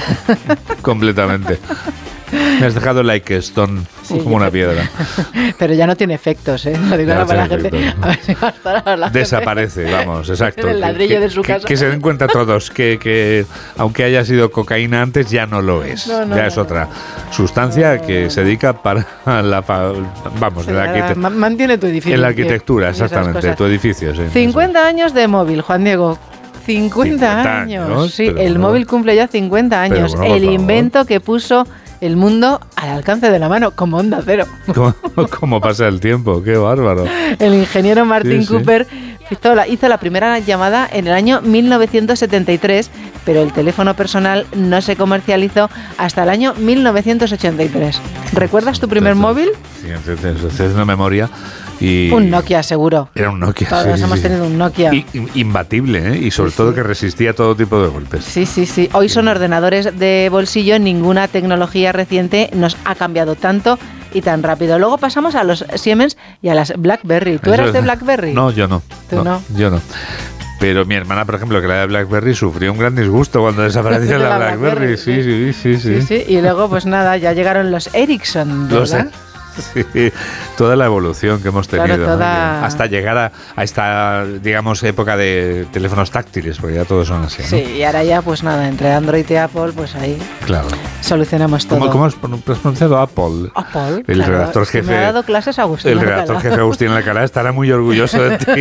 Completamente. Me has dejado like stone, sí, como una piedra. Pero ya no tiene efectos, ¿eh? Lo digo ya no para la efectos, gente. ¿no? A ver si va a estar la Desaparece, gente. Vamos, exacto. En el ladrillo que, de su que, casa. Que se den cuenta todos que, que aunque haya sido cocaína antes, ya no lo es. No, no, ya no, es no. otra sustancia no, que no, se dedica para la... Vamos, sí, la arquite- mantiene tu edificio. En la arquitectura, exactamente, tu edificio. Sí, cincuenta años de móvil, Juan Diego. cincuenta años. años. Sí, el no. móvil cumple ya cincuenta años. Bueno, el invento que puso el mundo al alcance de la mano, como Onda Cero. ¿Cómo, cómo pasa el tiempo? ¡Qué bárbaro! El ingeniero Martin sí, Cooper sí. Hizo, la, hizo la primera llamada en el año mil novecientos setenta y tres, pero el teléfono personal no se comercializó hasta el año mil novecientos ochenta y tres. ¿Recuerdas tu primer entonces, móvil? Sí, entonces es una memoria. Y un Nokia, seguro. Era un Nokia. Todos sí, hemos sí. tenido un Nokia. Y, imbatible, ¿eh? Y sobre sí, todo sí. que resistía todo tipo de golpes. Sí, sí, sí. Hoy son ordenadores de bolsillo. Ninguna tecnología reciente nos ha cambiado tanto y tan rápido. Luego pasamos a los Siemens y a las BlackBerry. ¿Tú Eso eras de BlackBerry? No, yo no. ¿Tú no? no? Yo no. Pero mi hermana, por ejemplo, que era de BlackBerry, sufrió un gran disgusto cuando desapareció la, la BlackBerry. BlackBerry. Sí, sí, sí, sí, sí, sí. Y luego, pues nada, ya llegaron los Ericsson, ¿verdad? Los Sí, toda la evolución que hemos tenido, claro, toda... ¿no? Hasta llegar a, a esta, digamos, época de teléfonos táctiles, porque ya todos son así, ¿no? Sí, y ahora ya, pues nada, entre Android y Apple, pues ahí claro. solucionamos todo. ¿Cómo, cómo has pronunciado Apple? Apple, el claro. redactor Si jefe. me ha dado clases Agustín El redactor Alcalá. jefe Agustín Alcalá estará muy orgulloso de ti.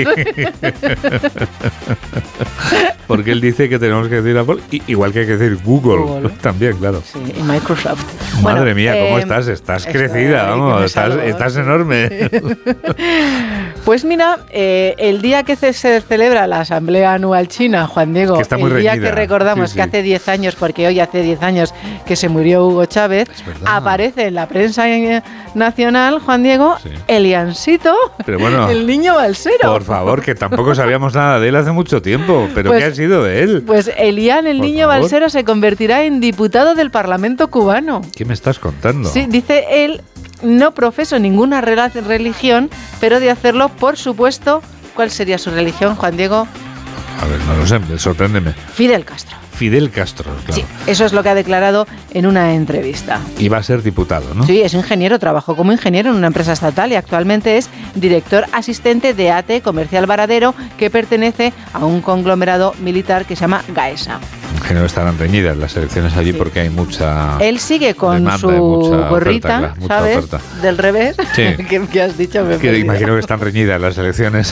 Porque él dice que tenemos que decir Apple, igual que hay que decir Google, Google. también, claro. Sí, y Microsoft. Madre bueno, mía, ¿cómo eh, estás? Estás crecida, vamos, estás, salgo, estás sí. enorme. Pues mira, eh, el día que se celebra la Asamblea Anual China, Juan Diego, que está muy el día reñida. que recordamos sí, sí. que hace diez años, porque hoy hace diez años que se murió Hugo Chávez, aparece en la prensa nacional, Juan Diego, sí. Eliancito, pero bueno, el niño balsero. Por favor, que tampoco sabíamos nada de él hace mucho tiempo, pero pues, ¿qué ha sido de él? Pues Elian, el por niño favor. balsero, se convertirá en diputado del Parlamento cubano. ¿Qué me estás contando? Sí, dice él, no profeso ninguna religión, pero de hacerlo, por supuesto, ¿cuál sería su religión, Juan Diego? A ver, no lo sé, sorpréndeme. Fidel Castro. Fidel Castro, claro. Sí, eso es lo que ha declarado en una entrevista. Y va a ser diputado, ¿no? Sí, es ingeniero, trabajó como ingeniero en una empresa estatal y actualmente es director asistente de A T E Comercial Varadero, que pertenece a un conglomerado militar que se llama Gaesa. Ingeniero, estarán reñidas las elecciones allí sí. porque hay mucha Él sigue con demanda, su gorrita, oferta, claro, ¿sabes? Oferta. Del revés. Sí. ¿Qué, ¿Qué has dicho? Me que imagino que están reñidas las elecciones.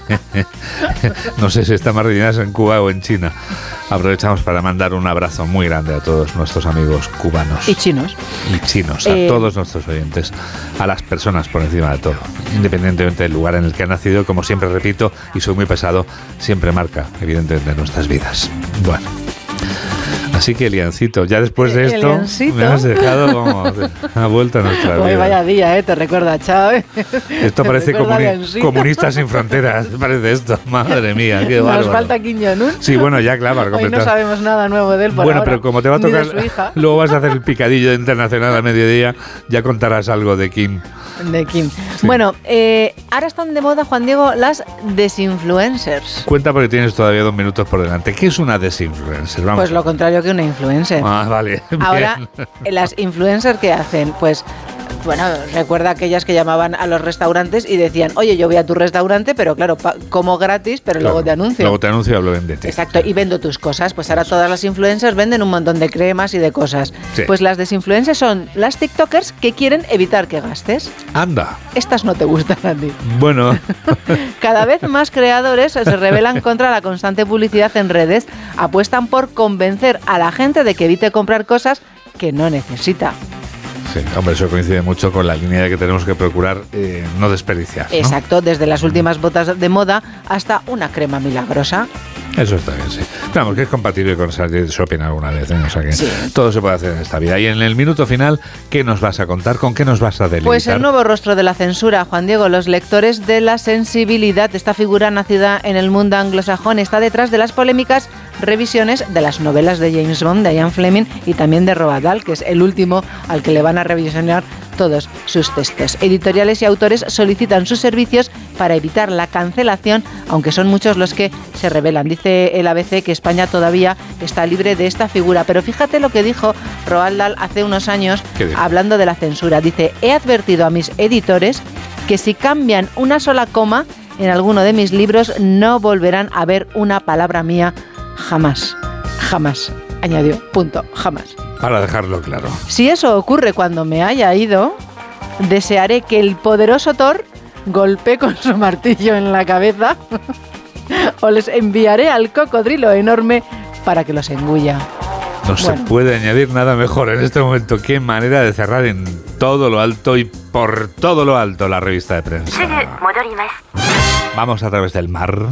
No sé si están más reñidas en Cuba o en China. Aprovechamos para mandar un abrazo muy grande a todos nuestros amigos cubanos. Y chinos. Y chinos, a eh, todos nuestros oyentes, a las personas por encima de todo, independientemente del lugar en el que han nacido, como siempre repito, y soy muy pesado, siempre marca, evidentemente, nuestras vidas. Bueno. Así que Eliancito, ya después de esto Eliancito. me has dejado como una vuelta a nuestra vida. Oye, vaya día, ¿eh? Te recuerda a Chávez. Esto parece comuni- comunistas sin fronteras, parece esto. Madre mía, qué bárbaro. Nos falta Kim Jong-un. Sí, bueno, ya claro. Hoy no sabemos nada nuevo de él por Bueno, ahora, pero como te va a tocar, luego vas a hacer el picadillo internacional a mediodía, ya contarás algo de Kim. De Kim. Sí. Bueno, eh, ahora están de moda, Juan Diego, las desinfluencers. Cuenta porque tienes todavía dos minutos por delante. ¿Qué es una desinfluencer? Vamos. Pues lo contrario que una influencer. Ah, vale. Ahora, bien. Las influencers, ¿qué hacen? Pues... Bueno, recuerda aquellas que llamaban a los restaurantes y decían, oye, yo voy a tu restaurante, pero claro, pa- como gratis, pero claro, luego te anuncio. Luego te anuncio y hablo de ti. Exacto, y vendo tus cosas. Pues ahora todas las influencers venden un montón de cremas y de cosas. Sí. Pues las desinfluencers son las TikTokers que quieren evitar que gastes. Anda. Estas no te gustan a ti. Bueno. Cada vez más creadores se rebelan contra la constante publicidad en redes. Apuestan por convencer a la gente de que evite comprar cosas que no necesita. Sí, hombre, eso coincide mucho con la línea de que tenemos que procurar eh, no desperdiciar, ¿no? Exacto, desde las últimas botas de moda hasta una crema milagrosa. Eso está bien, sí. Vamos, que es compatible con salir de shopping alguna vez, ¿eh? O sea que sí. todo se puede hacer en esta vida. Y en el minuto final, ¿qué nos vas a contar? ¿Con qué nos vas a deleitar? Pues el nuevo rostro de la censura, Juan Diego. Los lectores de la sensibilidad, esta figura nacida en el mundo anglosajón, está detrás de las polémicas revisiones de las novelas de James Bond, de Ian Fleming y también de Roald Dahl, que es el último al que le van a revisionar todos sus textos. Editoriales y autores solicitan sus servicios para evitar la cancelación, aunque son muchos los que se rebelan. Dice el A B C que España todavía está libre de esta figura, pero fíjate lo que dijo Roald Dahl hace unos años hablando de la censura. Dice, he advertido a mis editores que si cambian una sola coma en alguno de mis libros no volverán a ver una palabra mía jamás, jamás, añadió, punto, jamás. Para dejarlo claro. Si eso ocurre cuando me haya ido, desearé que el poderoso Thor golpee con su martillo en la cabeza o les enviaré al cocodrilo enorme para que los engulla. No bueno. se puede añadir nada mejor en este momento. Qué manera de cerrar en todo lo alto y por todo lo alto la revista de prensa. Vamos a través del mar.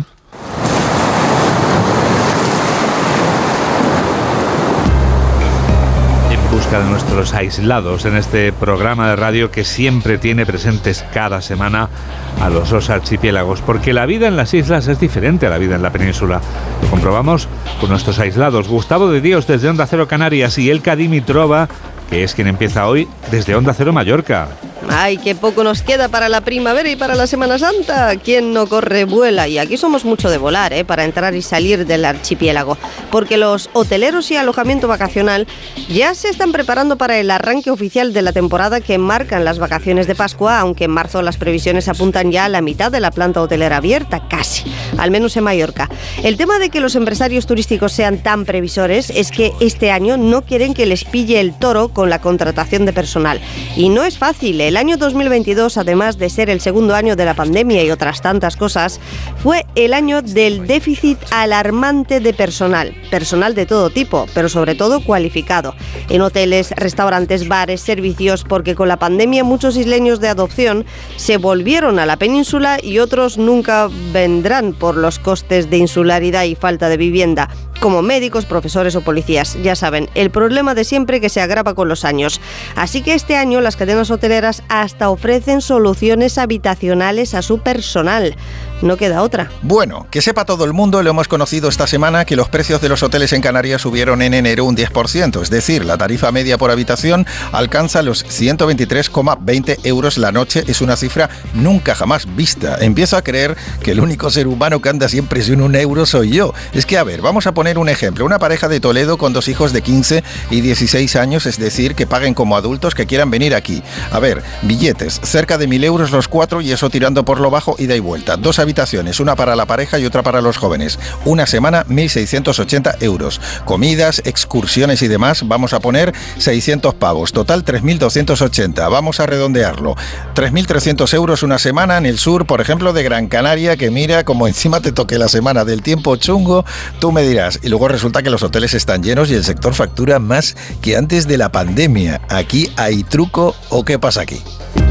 busca de nuestros aislados en este programa de radio que siempre tiene presentes cada semana a los dos archipiélagos, porque la vida en las islas es diferente a la vida en la península. Lo comprobamos con nuestros aislados. Gustavo de Dios desde Onda Cero Canarias y Elka Dimitrova, que es quien empieza hoy desde Onda Cero Mallorca. Ay, qué poco nos queda para la primavera y para la Semana Santa. ¿Quién no corre, vuela? Y aquí somos mucho de volar, ¿eh? Para entrar y salir del archipiélago. Porque los hoteleros y alojamiento vacacional ya se están preparando para el arranque oficial de la temporada que marcan las vacaciones de Pascua, aunque en marzo las previsiones apuntan ya a la mitad de la planta hotelera abierta, casi, al menos en Mallorca. El tema de que los empresarios turísticos sean tan previsores es que este año no quieren que les pille el toro con la contratación de personal. Y no es fácil. El año dos mil veintidós, además de ser el segundo año de la pandemia y otras tantas cosas, fue el año del déficit alarmante de personal. Personal de todo tipo, pero sobre todo cualificado. En hoteles, restaurantes, bares, servicios, porque con la pandemia muchos isleños de adopción se volvieron a la península y otros nunca vendrán por los costes de insularidad y falta de vivienda, como médicos, profesores o policías. Ya saben, el problema de siempre que se agrava con los años. Así que este año las cadenas hoteleras hasta ofrecen soluciones habitacionales a su personal. No queda otra. Bueno, que sepa todo el mundo, lo hemos conocido esta semana, que los precios de los hoteles en Canarias subieron en enero un diez por ciento. Es decir, la tarifa media por habitación alcanza los ciento veintitrés coma veinte euros la noche. Es una cifra nunca jamás vista. Empiezo a creer que el único ser humano que anda siempre sin un euro soy yo. Es que, a ver, vamos a poner un ejemplo. Una pareja de Toledo con dos hijos de quince y dieciséis años, es decir, que paguen como adultos que quieran venir aquí. A ver, billetes, cerca de mil euros los cuatro y eso tirando por lo bajo, ida y vuelta. Dos habitaciones, una para la pareja y otra para los jóvenes. Una semana, mil seiscientos ochenta euros. Comidas, excursiones y demás, vamos a poner seiscientos pavos. Total, tres mil doscientos ochenta. Vamos a redondearlo. tres mil trescientos euros una semana en el sur, por ejemplo, de Gran Canaria, que mira, como encima te toque la semana del tiempo chungo, tú me dirás. Y luego resulta que los hoteles están llenos y el sector factura más que antes de la pandemia. ¿Aquí hay truco o qué pasa aquí?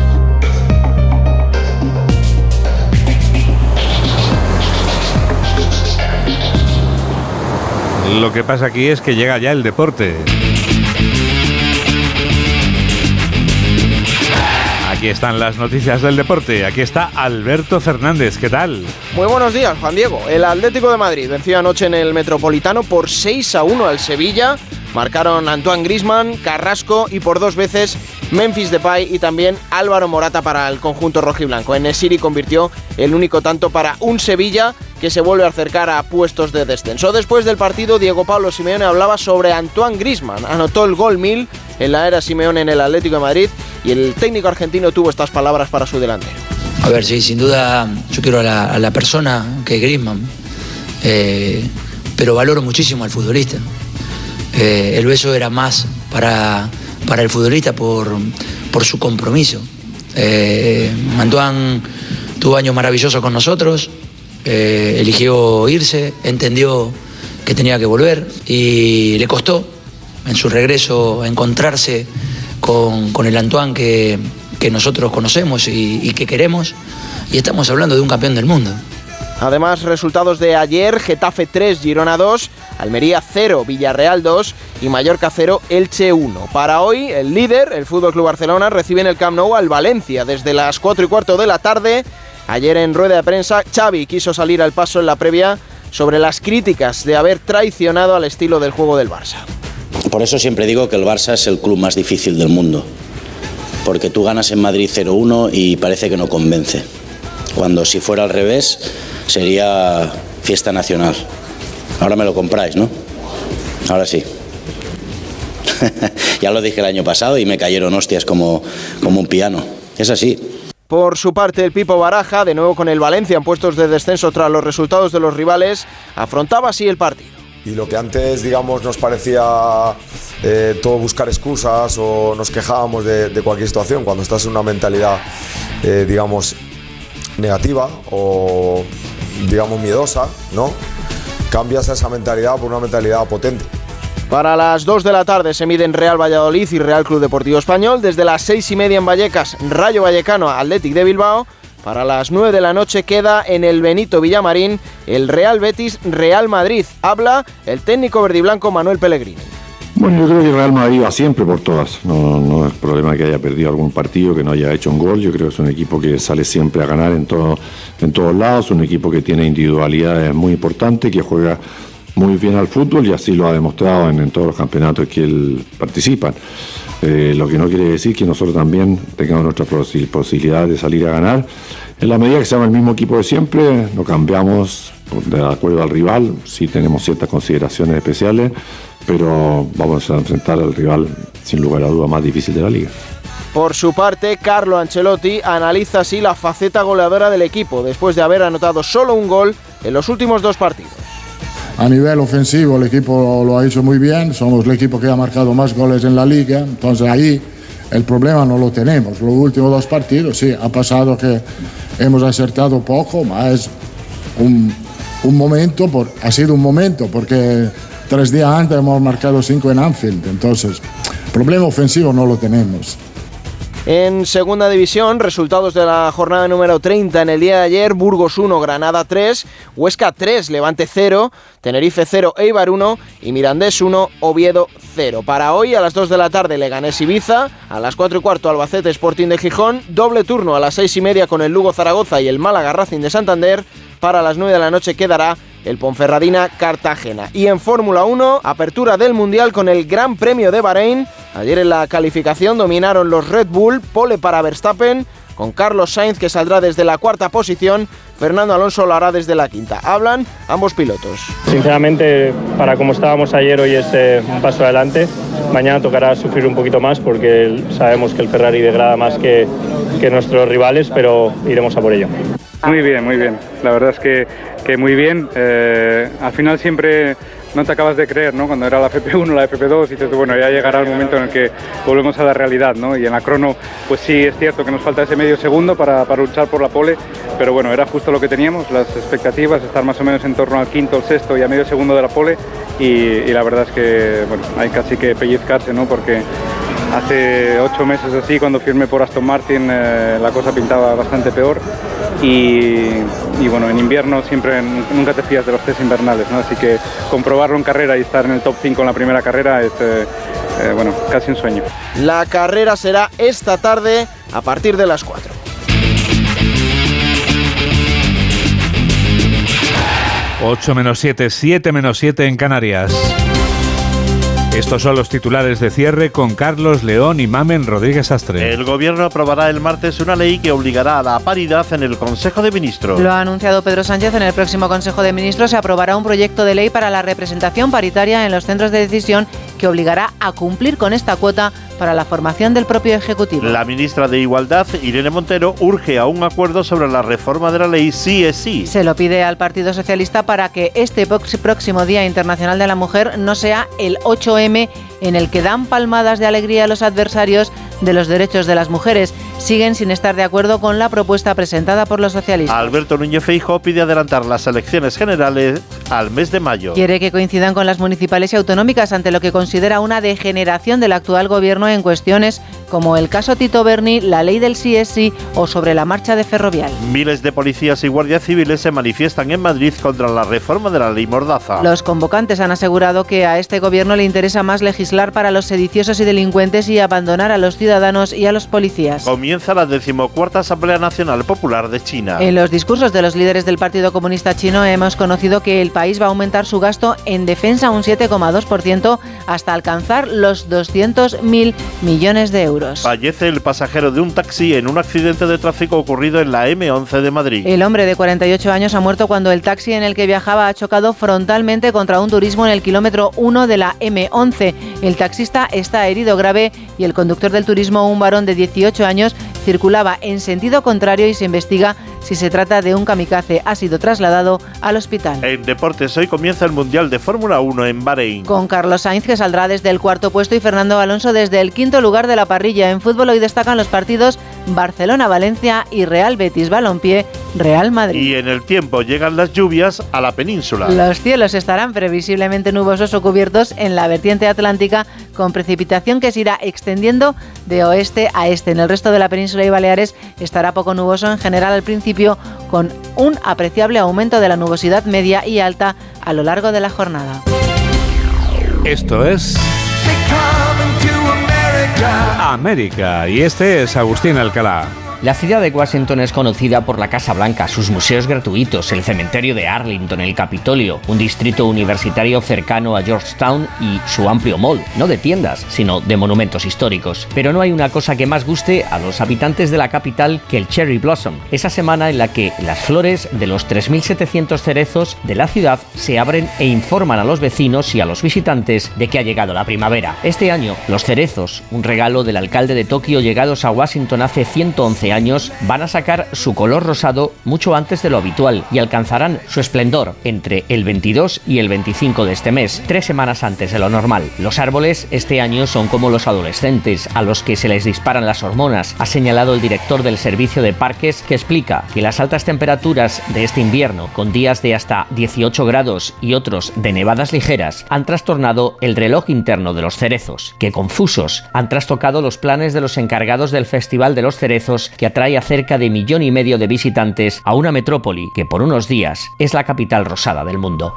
Lo que pasa aquí es que llega ya el deporte. Aquí están las noticias del deporte. Aquí está Alberto Fernández. ¿Qué tal? Muy buenos días, Juan Diego. El Atlético de Madrid venció anoche en el Metropolitano por seis a uno al Sevilla. Marcaron Antoine Griezmann, Carrasco y por dos veces Memphis Depay y también Álvaro Morata para el conjunto rojiblanco. En-Nesyri convirtió el único tanto para un Sevilla que se vuelve a acercar a puestos de descenso. Después del partido, Diego Pablo Simeone hablaba sobre Antoine Griezmann. Anotó el gol mil en la era Simeone en el Atlético de Madrid y el técnico argentino tuvo estas palabras para su delantero. A ver, sí, sin duda yo quiero a la, a la persona que es Griezmann, eh, pero valoro muchísimo al futbolista. Eh, el beso era más para, para el futbolista por, por su compromiso. Eh, Antoine tuvo años maravillosos con nosotros, eh, eligió irse, entendió que tenía que volver y le costó en su regreso encontrarse con, con el Antoine que, que nosotros conocemos y, y que queremos, y estamos hablando de un campeón del mundo. Además, resultados de ayer: Getafe tres, Girona dos, Almería cero, Villarreal dos y Mallorca cero, Elche uno. Para hoy, el líder, el F C Barcelona, recibe en el Camp Nou al Valencia desde las cuatro y cuarto de la tarde. Ayer en rueda de prensa, Xavi quiso salir al paso en la previa sobre las críticas de haber traicionado al estilo del juego del Barça. Por eso siempre digo que el Barça es el club más difícil del mundo, porque tú ganas en Madrid cero uno y parece que no convence, cuando si fuera al revés sería fiesta nacional. Ahora me lo compráis, ¿no? Ahora sí. Ya lo dije el año pasado y me cayeron hostias como, como un piano. Es así. Por su parte, el Pipo Baraja, de nuevo con el Valencia en puestos de descenso tras los resultados de los rivales, afrontaba así el partido. Y lo que antes, digamos, nos parecía eh, todo buscar excusas o nos quejábamos de, de cualquier situación, cuando estás en una mentalidad, eh, digamos, negativa o, digamos, miedosa, ¿no? Cambias esa mentalidad por una mentalidad potente. Para las dos de la tarde se miden Real Valladolid y Real Club Deportivo Español. Desde las seis y media en Vallecas, Rayo Vallecano, Athletic de Bilbao. Para las nueve de la noche queda en el Benito Villamarín el Real Betis Real Madrid. Habla el técnico verdiblanco Manuel Pellegrini. Bueno, yo creo que el Real Madrid va siempre por todas. No, no es problema que haya perdido algún partido, que no haya hecho un gol. Yo creo que es un equipo que sale siempre a ganar en, todo, en todos lados. Un equipo que tiene individualidades muy importantes, que juega muy bien al fútbol y así lo ha demostrado en, en todos los campeonatos que él participa. Eh, lo que no quiere decir que nosotros también tengamos nuestra posibilidad de salir a ganar. En la medida que seamos el mismo equipo de siempre, no cambiamos de acuerdo al rival. Sí tenemos ciertas consideraciones especiales, pero vamos a enfrentar al rival sin lugar a duda más difícil de la liga. Por su parte, Carlo Ancelotti analiza así la faceta goleadora del equipo, después de haber anotado solo un gol en los últimos dos partidos. A nivel ofensivo el equipo lo ha hecho muy bien, somos el equipo que ha marcado más goles en la liga, entonces ahí el problema no lo tenemos. Los últimos dos partidos sí, ha pasado que hemos acertado poco, pero es un, un momento, por, ha sido un momento, porque tres días antes hemos marcado cinco en Anfield, entonces problema ofensivo no lo tenemos. En segunda división, resultados de la jornada número treinta en el día de ayer: Burgos uno, Granada tres, Huesca tres, Levante cero, Tenerife cero, Eibar uno y Mirandés uno, Oviedo cero. Para hoy a las dos de la tarde Leganés Ibiza, a las cuatro y cuarto Albacete Sporting de Gijón, doble turno a las seis y media con el Lugo Zaragoza y el Málaga Racing de Santander. Para las nueve de la noche quedará el Ponferradina Cartagena. Y en Fórmula uno, apertura del Mundial con el Gran Premio de Bahrein. Ayer en la calificación dominaron los Red Bull, pole para Verstappen, con Carlos Sainz que saldrá desde la cuarta posición, Fernando Alonso lo hará desde la quinta. Hablan ambos pilotos. Sinceramente, para como estábamos ayer, hoy es eh, un paso adelante. Mañana tocará sufrir un poquito más porque sabemos que el Ferrari degrada más que, que nuestros rivales, pero iremos a por ello. Muy bien, muy bien. La verdad es que, que muy bien. Eh, al final siempre no te acabas de creer, ¿no? Cuando era la F P uno, la F P dos, y dices, bueno, ya llegará el momento en el que volvemos a la realidad, ¿no? Y en la crono, pues sí, es cierto que nos falta ese medio segundo para, para luchar por la pole, pero bueno, era justo lo que teníamos, las expectativas, estar más o menos en torno al quinto, el sexto y a medio segundo de la pole, y, y la verdad es que, bueno, hay casi que pellizcarse, ¿no? Porque hace ocho meses así, cuando firmé por Aston Martin, eh, la cosa pintaba bastante peor y, y bueno, en invierno siempre nunca te fías de los test invernales, ¿no? Así que comprobarlo en carrera y estar en el top cinco en la primera carrera es, eh, eh, bueno, casi un sueño. La carrera será esta tarde a partir de las cuatro. ocho menos siete, siete menos siete en Canarias. Estos son los titulares de cierre con Carlos León y Mamen Rodríguez Astre. El Gobierno aprobará el martes una ley que obligará a la paridad en el Consejo de Ministros. Lo ha anunciado Pedro Sánchez. En el próximo Consejo de Ministros se aprobará un proyecto de ley para la representación paritaria en los centros de decisión que obligará a cumplir con esta cuota para la formación del propio Ejecutivo. La ministra de Igualdad, Irene Montero, urge a un acuerdo sobre la reforma de la ley sí es sí. Se lo pide al Partido Socialista para que este próximo Día Internacional de la Mujer no sea el ocho eme en el que dan palmadas de alegría a los adversarios de los derechos de las mujeres. Siguen sin estar de acuerdo con la propuesta presentada por los socialistas. Alberto Núñez Feijóo pide adelantar las elecciones generales al mes de mayo. Quiere que coincidan con las municipales y autonómicas, ante lo que considera una degeneración del actual gobierno en cuestiones como el caso Tito Berni, la ley del sí es sí o sobre la marcha de Ferrovial. Miles de policías y guardias civiles se manifiestan en Madrid contra la reforma de la ley Mordaza. Los convocantes han asegurado que a este gobierno le interesa más legislar para los sediciosos y delincuentes y abandonar a los ciudadanos y a los policías. Comienza la decimocuarta Asamblea Nacional Popular de China. En los discursos de los líderes del Partido Comunista Chino hemos conocido que el país va a aumentar su gasto en defensa un siete coma dos por ciento hasta alcanzar los doscientos mil millones de euros. Fallece el pasajero de un taxi en un accidente de tráfico ocurrido en la eme once de Madrid. El hombre de cuarenta y ocho años ha muerto cuando el taxi en el que viajaba ha chocado frontalmente contra un turismo en el kilómetro uno de la eme once. El taxista está herido grave y el conductor del turismo, un varón de dieciocho años, circulaba en sentido contrario y se investiga si se trata de un kamikaze. Ha sido trasladado al hospital. En deportes, hoy comienza el Mundial de Fórmula uno en Bahrein. Con Carlos Sainz, que saldrá desde el cuarto puesto, y Fernando Alonso desde el quinto lugar de la parrilla. En fútbol hoy destacan los partidos Barcelona-Valencia y Real Betis Balompié Real Madrid. Y en el tiempo llegan las lluvias a la península. Los cielos estarán previsiblemente nubosos o cubiertos en la vertiente atlántica, con precipitación que se irá extendiendo de oeste a este. En el resto de la península y Baleares estará poco nuboso en general al principio, con un apreciable aumento de la nubosidad media y alta a lo largo de la jornada. Esto es América, y este es Agustín Alcalá. La ciudad de Washington es conocida por la Casa Blanca, sus museos gratuitos, el cementerio de Arlington, el Capitolio, un distrito universitario cercano a Georgetown y su amplio mall, no de tiendas, sino de monumentos históricos. Pero no hay una cosa que más guste a los habitantes de la capital que el Cherry Blossom, esa semana en la que las flores de los tres mil setecientos cerezos de la ciudad se abren e informan a los vecinos y a los visitantes de que ha llegado la primavera. Este año, los cerezos, un regalo del alcalde de Tokio llegados a Washington hace ciento once años, van a sacar su color rosado mucho antes de lo habitual y alcanzarán su esplendor entre el veintidós y el veinticinco de este mes, tres semanas antes de lo normal. Los árboles este año son como los adolescentes, a los que se les disparan las hormonas, ha señalado el director del Servicio de Parques, que explica que las altas temperaturas de este invierno, con días de hasta dieciocho grados y otros de nevadas ligeras, han trastornado el reloj interno de los cerezos, que confusos han trastocado los planes de los encargados del Festival de los Cerezos, que atrae a cerca de millón y medio de visitantes a una metrópoli que por unos días es la capital rosada del mundo.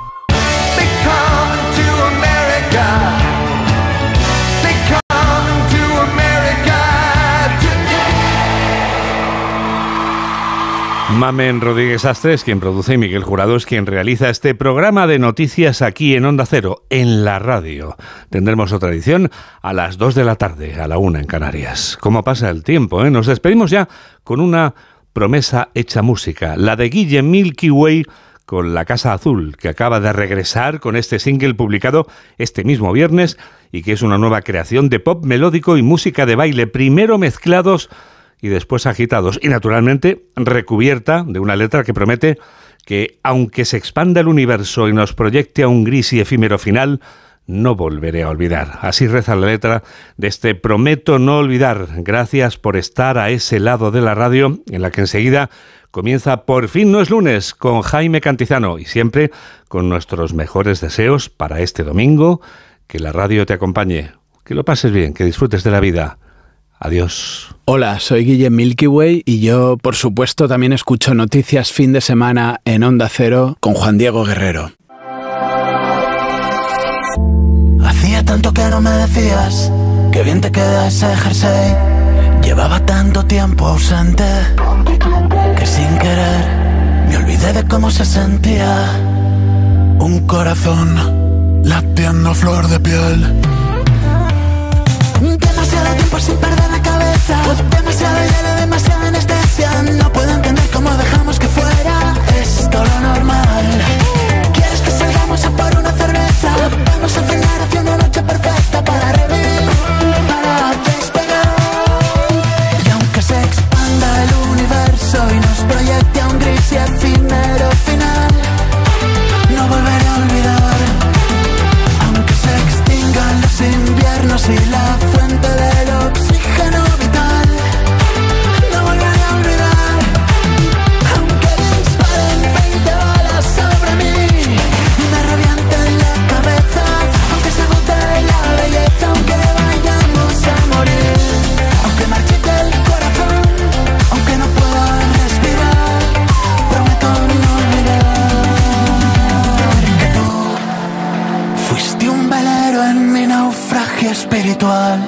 Mamen Rodríguez Astre es quien produce y Miguel Jurado es quien realiza este programa de noticias aquí en Onda Cero, en la radio. Tendremos otra edición a las dos de la tarde, a la una en Canarias. ¿Cómo pasa el tiempo, eh? Nos despedimos ya con una promesa hecha música, la de Guille Milky Way con La Casa Azul, que acaba de regresar con este single publicado este mismo viernes y que es una nueva creación de pop melódico y música de baile, primero mezclados y después agitados, y naturalmente recubierta de una letra que promete que, aunque se expanda el universo y nos proyecte a un gris y efímero final, no volveré a olvidar. Así reza la letra de este Prometo no olvidar. Gracias por estar a ese lado de la radio, en la que enseguida comienza Por fin no es lunes, con Jaime Cantizano, y siempre con nuestros mejores deseos para este domingo. Que la radio te acompañe, que lo pases bien, que disfrutes de la vida. Adiós. Hola, soy Guille Milky Way y yo, por supuesto, también escucho Noticias Fin de Semana en Onda Cero con Juan Diego Guerrero. Hacía tanto que no me decías que bien te queda ese jersey. Llevaba tanto tiempo ausente que sin querer me olvidé de cómo se sentía un corazón latiendo flor de piel. Demasiado tiempo sin perder la cabeza, demasiado hielo, demasiada anestesia. No puedo entender cómo dejamos que fuera esto lo normal. ¿Quieres que salgamos a por una cerveza? Vamos a cenar hacia una noche perfecta para revivir, para despegar. Y aunque se expanda el universo y nos proyecte a un gris y efímero final, no volveré a olvidar. Aunque se extingan los inviernos y la fuente del oxígeno vital, no volveré a olvidar. Aunque disparen veinte balas sobre mí y me revienten la cabeza, aunque se agote la belleza, aunque vayamos a morir, aunque marchite el corazón, aunque no pueda respirar, prometo no olvidar que tú fuiste un velero en mi naufragio espiritual.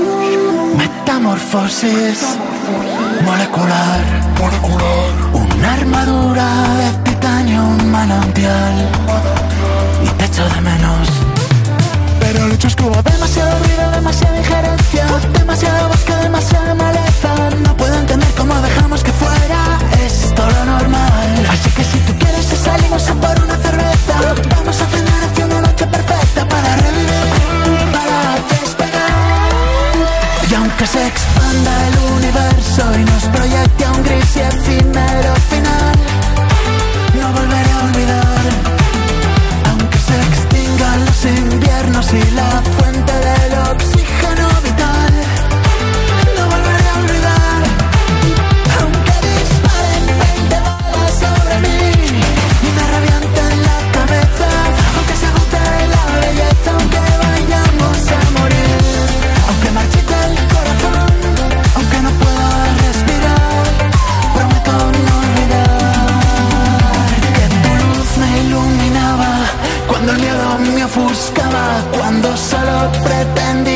Metamorfosis molecular, una armadura de titanio, un manantial, y te echo de menos. Pero el hecho es que hubo demasiado ruido, demasiada injerencia, demasiado bosque, demasiada maleza. No puedo entender cómo dejamos que fuera esto lo normal. Así que si tú quieres salimos a por una cerveza, vamos a cenar hacia una noche perfecta para revivir, para despegar. Y aunque se expanda el universo y nos proyecte a un gris y efímero final, no volveré a olvidar. Aunque se extingan los inviernos y la fuente del oxígeno vital, no volveré a olvidar. Aunque disparen veinte balas sobre mí y me revienten la cabeza, aunque se agote la belleza, aunque vayamos a morir, aunque marchite el corazón, aunque no pueda respirar, prometo no olvidar que tu luz me iluminaba cuando el miedo me ofuscaba, cuando solo pretendía